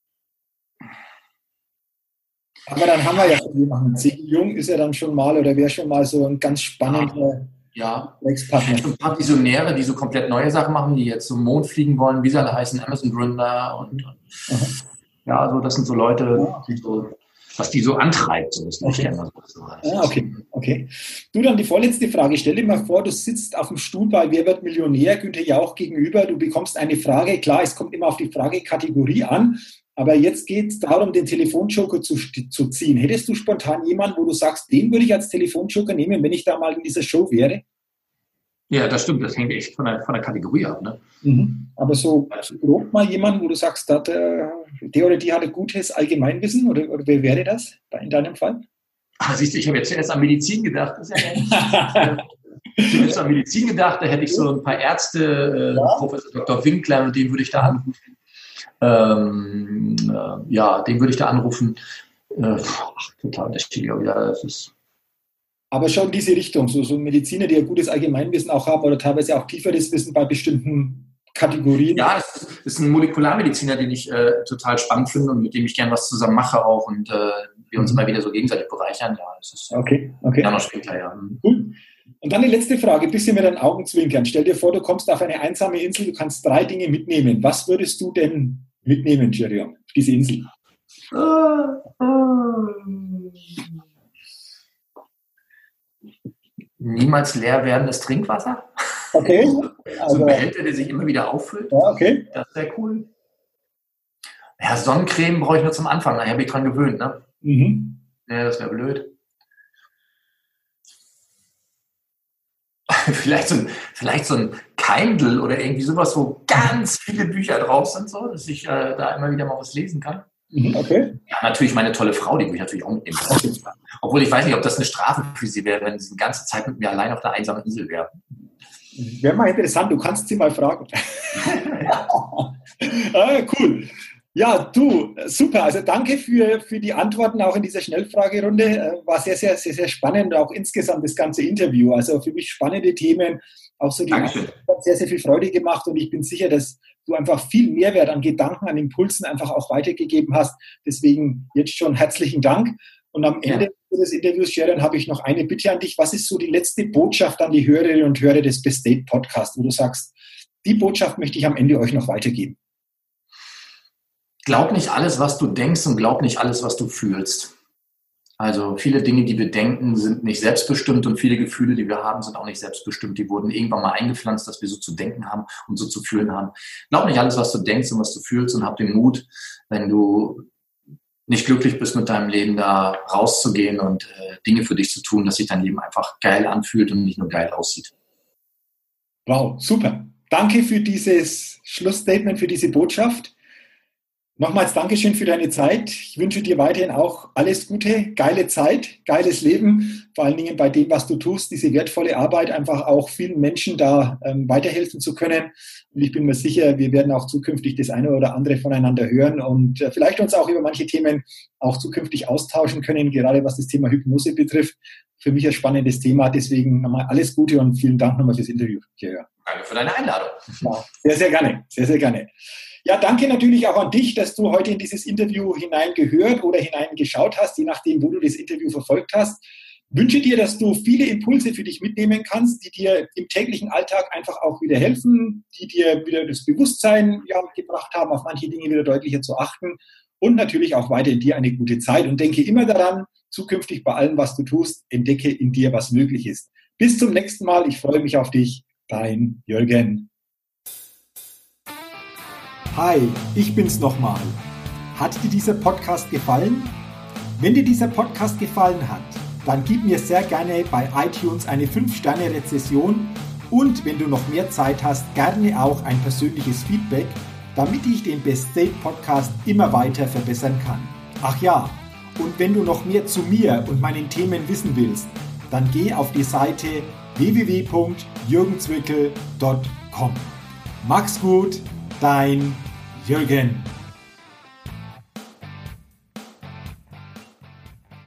Aber dann haben wir ja schon jemanden. C G Jung ist ja dann schon mal oder wäre schon mal so ein ganz spannender ja. Ex-Partner. Ein paar Visionäre, die so komplett neue Sachen machen, die jetzt zum Mond fliegen wollen, wie sie alle heißen, Amazon-Gründer und, und ja, so das sind so Leute, die so, was die so antreibt, so das okay. ich gerne mal so. Ah, okay, okay. Du, dann die vorletzte Frage. Stell dir mal vor, du sitzt auf dem Stuhl bei Wer wird Millionär, Günther Jauch gegenüber, du bekommst eine Frage, klar, es kommt immer auf die Fragekategorie an, aber jetzt geht es darum, den Telefonjoker zu, zu ziehen. Hättest du spontan jemanden, wo du sagst, den würde ich als Telefonjoker nehmen, wenn ich da mal in dieser Show wäre? Ja, das stimmt. Das hängt echt von der, von der Kategorie ab. Ne? Mhm. Aber so, so grob mal jemanden, wo du sagst, der, der oder die hatte gutes Allgemeinwissen oder, oder wer wäre das in deinem Fall? Ah, siehst du, ich habe jetzt zuerst an Medizin gedacht. Das ist ja ich habe jetzt an Medizin gedacht, da hätte ich so ein paar Ärzte, ja. äh, Professor Doktor Winkler, und den würde ich da anrufen. Ähm, äh, ja, den würde ich da anrufen. Äh, ach, total unterschiedlich. Ja, das ist aber schon in diese Richtung, so, so Mediziner, die ein gutes Allgemeinwissen auch haben oder teilweise auch tieferes Wissen bei bestimmten Kategorien. Ja, das ist, das ist ein Molekularmediziner, den ich äh, total spannend finde und mit dem ich gerne was zusammen mache auch. Und äh, wir uns immer wieder so gegenseitig bereichern. Ja, das ist okay, okay. Ja noch später, ja. Cool. Und dann die letzte Frage, ein bisschen mit deinen Augen zwinkern. Stell dir vor, du kommst auf eine einsame Insel, du kannst drei Dinge mitnehmen. Was würdest du denn mitnehmen, Gerion, auf diese Insel? Niemals leer werdendes Trinkwasser. Okay. Also, so ein Behälter, der sich immer wieder auffüllt. Ja, okay. Das wäre cool. Ja, Sonnencreme brauche ich nur zum Anfang. Da habe ich dran gewöhnt, ne? Mhm. Ja, das wäre blöd. vielleicht, so ein, vielleicht so ein Kindle oder irgendwie sowas, wo ganz viele Bücher drauf sind, so, dass ich äh, da immer wieder mal was lesen kann. Mhm, okay. Ja, natürlich meine tolle Frau, die würde ich natürlich auch mitnehmen. Obwohl ich weiß nicht, ob das eine Strafe für sie wäre, wenn sie die ganze Zeit mit mir allein auf einer einsamen Insel wäre. Wäre mal interessant, du kannst sie mal fragen. ah, cool. Ja, du, super. Also danke für, für die Antworten auch in dieser Schnellfragerunde. War sehr, sehr, sehr, sehr spannend, auch insgesamt das ganze Interview. Also für mich spannende Themen, auch so die Antworten hat sehr, sehr viel Freude gemacht und ich bin sicher, dass du einfach viel Mehrwert an Gedanken, an Impulsen einfach auch weitergegeben hast. Deswegen jetzt schon herzlichen Dank. Und am Ende ja. des Interviews, Gerion, habe ich noch eine Bitte an dich. Was ist so die letzte Botschaft an die Hörerinnen und Hörer des Best Date Podcasts, wo du sagst, die Botschaft möchte ich am Ende euch noch weitergeben? Glaub nicht alles, was du denkst und glaub nicht alles, was du fühlst. Also viele Dinge, die wir denken, sind nicht selbstbestimmt und viele Gefühle, die wir haben, sind auch nicht selbstbestimmt. Die wurden irgendwann mal eingepflanzt, dass wir so zu denken haben und so zu fühlen haben. Glaub nicht alles, was du denkst und was du fühlst und hab den Mut, wenn du nicht glücklich bist mit deinem Leben, da rauszugehen und äh, Dinge für dich zu tun, dass sich dein Leben einfach geil anfühlt und nicht nur geil aussieht. Wow, super. Danke für dieses Schlussstatement, für diese Botschaft. Nochmals Dankeschön für deine Zeit. Ich wünsche dir weiterhin auch alles Gute, geile Zeit, geiles Leben, vor allen Dingen bei dem, was du tust, diese wertvolle Arbeit, einfach auch vielen Menschen da ähm, weiterhelfen zu können. Und ich bin mir sicher, wir werden auch zukünftig das eine oder andere voneinander hören und äh, vielleicht uns auch über manche Themen auch zukünftig austauschen können, gerade was das Thema Hypnose betrifft. Für mich ein spannendes Thema, deswegen nochmal alles Gute und vielen Dank nochmal fürs Interview. Ja, danke für deine Einladung. Ja, sehr, sehr gerne, sehr, sehr gerne. Ja, danke natürlich auch an dich, dass du heute in dieses Interview hineingehört oder hineingeschaut hast, je nachdem, wo du das Interview verfolgt hast. Ich wünsche dir, dass du viele Impulse für dich mitnehmen kannst, die dir im täglichen Alltag einfach auch wieder helfen, die dir wieder das Bewusstsein ja, gebracht haben, auf manche Dinge wieder deutlicher zu achten und natürlich auch weiterhin dir eine gute Zeit. Und denke immer daran, zukünftig bei allem, was du tust, entdecke in dir, was möglich ist. Bis zum nächsten Mal. Ich freue mich auf dich. Dein Jürgen. Hi, ich bin's nochmal. Hat dir dieser Podcast gefallen? Wenn dir dieser Podcast gefallen hat, dann gib mir sehr gerne bei iTunes eine fünf Sterne Rezession und wenn du noch mehr Zeit hast, gerne auch ein persönliches Feedback, damit ich den Best Date Podcast immer weiter verbessern kann. Ach ja, und wenn du noch mehr zu mir und meinen Themen wissen willst, dann geh auf die Seite w w w punkt jürgen zwickel punkt com. Mach's gut, dein Jürgen.